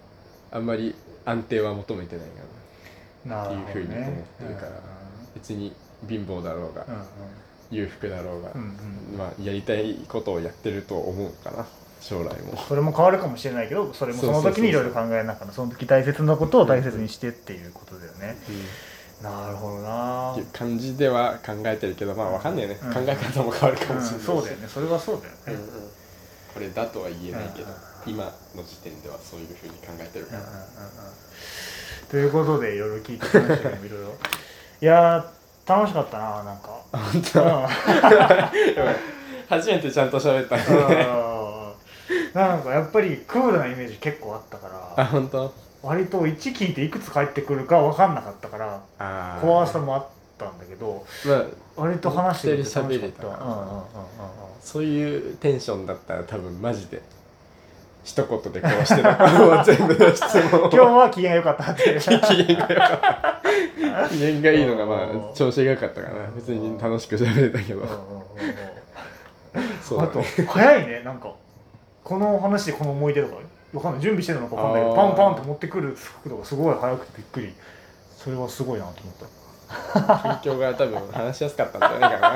あんまり安定は求めてないかなっていうふうに思ってるから、別に貧乏だろうが、うんうん、裕福だろうが、うんうん、まあやりたいことをやってると思うかな、将来も。 それも変わるかもしれないけど、それもその時にいろいろ考えながら、その時大切なことを大切にしてっていうことだよね、うん、なるほどなっていう感じでは考えてるけど、まあわかんないよね、うん、考え方も変わるかもしれないし、 うんうん、そうだよね、それはそうだよね、うんうん、 これだとは言えないけど、うん、今の時点ではそういうふうに考えてるから、うんうんうん、 ということでいろいろ聞いてきましたけどいろいろいやー楽しかったな、なんか本当、うん、初めてちゃんと喋ったねなんかやっぱりクールなイメージ結構あったから、 あ、本当？ 割といち聞いていくつ返ってくるか分かんなかったから怖さもあったんだけど、まあ、割と話してみて楽しかった。 そういうテンションだったら多分マジで一言でこうしてたから全部の質問今日は機嫌良かったって機嫌が良かった機嫌がいいのがまあ調子が良かったかな、別に楽しく喋れたけどそうだね、あと早いね、なんかこの話でこの思い出とかわかんない、準備してるのかわかんないけど、パンパンって持ってくる速度がすごい速くてびっくり、それはすごいなと思った。 環境が多分話しやすかったんじゃないか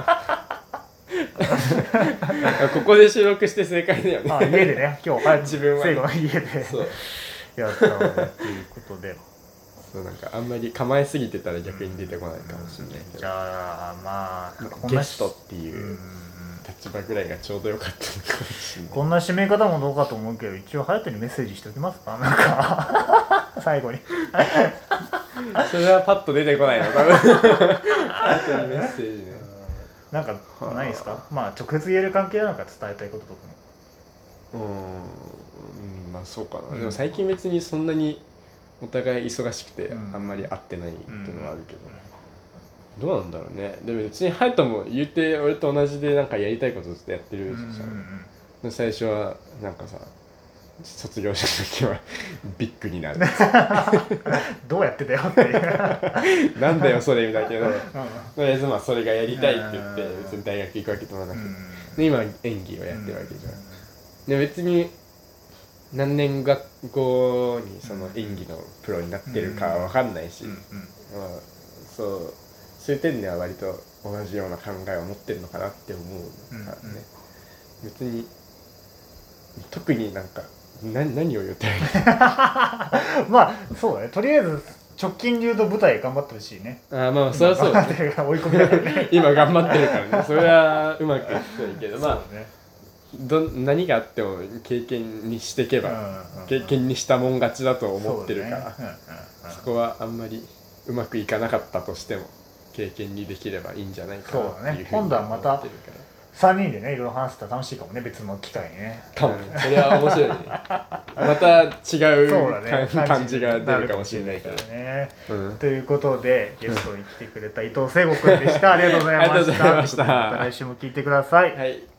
なここで収録して正解だよね。 あ、家でね、今日早く自分は最後の家でそうやったのでっていうことで、 そうなんかあんまり構えすぎてたら逆に出てこないかもしれないけど、 じゃあまあゲストっていう立場ぐらいがちょうどよかったのかもしれない。 こんな締め方もどうかと思うけど、一応隼人にメッセージしておきますか、なんか最後にそれはパッと出てこないの多分隼人にメッセージね、 なんかないですか、まあ直接言える関係なのか、伝えたいこととかも。うん、まあそうかな、うん、でも最近別にそんなにお互い忙しくてあんまり会ってないっていうのはあるけど、うんうん、どうなんだろうね。でも別に隼人も言うて俺と同じでなんかやりたいことずっとやってるじゃん、うんうん、最初はなんかさ、卒業した時はビッグになるどうやってだよっていうなんだよそれみたいだけど、とりあえずまあそれがやりたいって言って別に大学行くわけでもなくて、で今演技をやってるわけじゃん。で別に何年後にその演技のプロになってるかは分かんないし、まあ、そうそういう点では割と同じような考えを持ってるのかなって思うからね。別に特になんか何, 何を言ってるまあそうだね、とりあえず直近で言うと舞台頑張ってほしいね。 ああまあそれはそうだね、 追い込みだからね今頑張ってるからね、それはうまくいくといいけど、まあ、ね、ど何があっても経験にしていけば、うんうんうん、経験にしたもん勝ちだと思ってるから、 そ,、ねうんうんうん、そこはあんまりうまくいかなかったとしても経験にできればいいんじゃないかなっていうふうに思ってるから、 今度はまたさんにんでねいろいろ話せたら楽しいかもね、別の機会にね。 かもね、それは面白いねまた違う、ね、感じが出るかもしれないからね、うん、 ということでゲストに来てくれた伊藤聖吾くんでしたありがとうございました。また来週も聞いてください。 はい。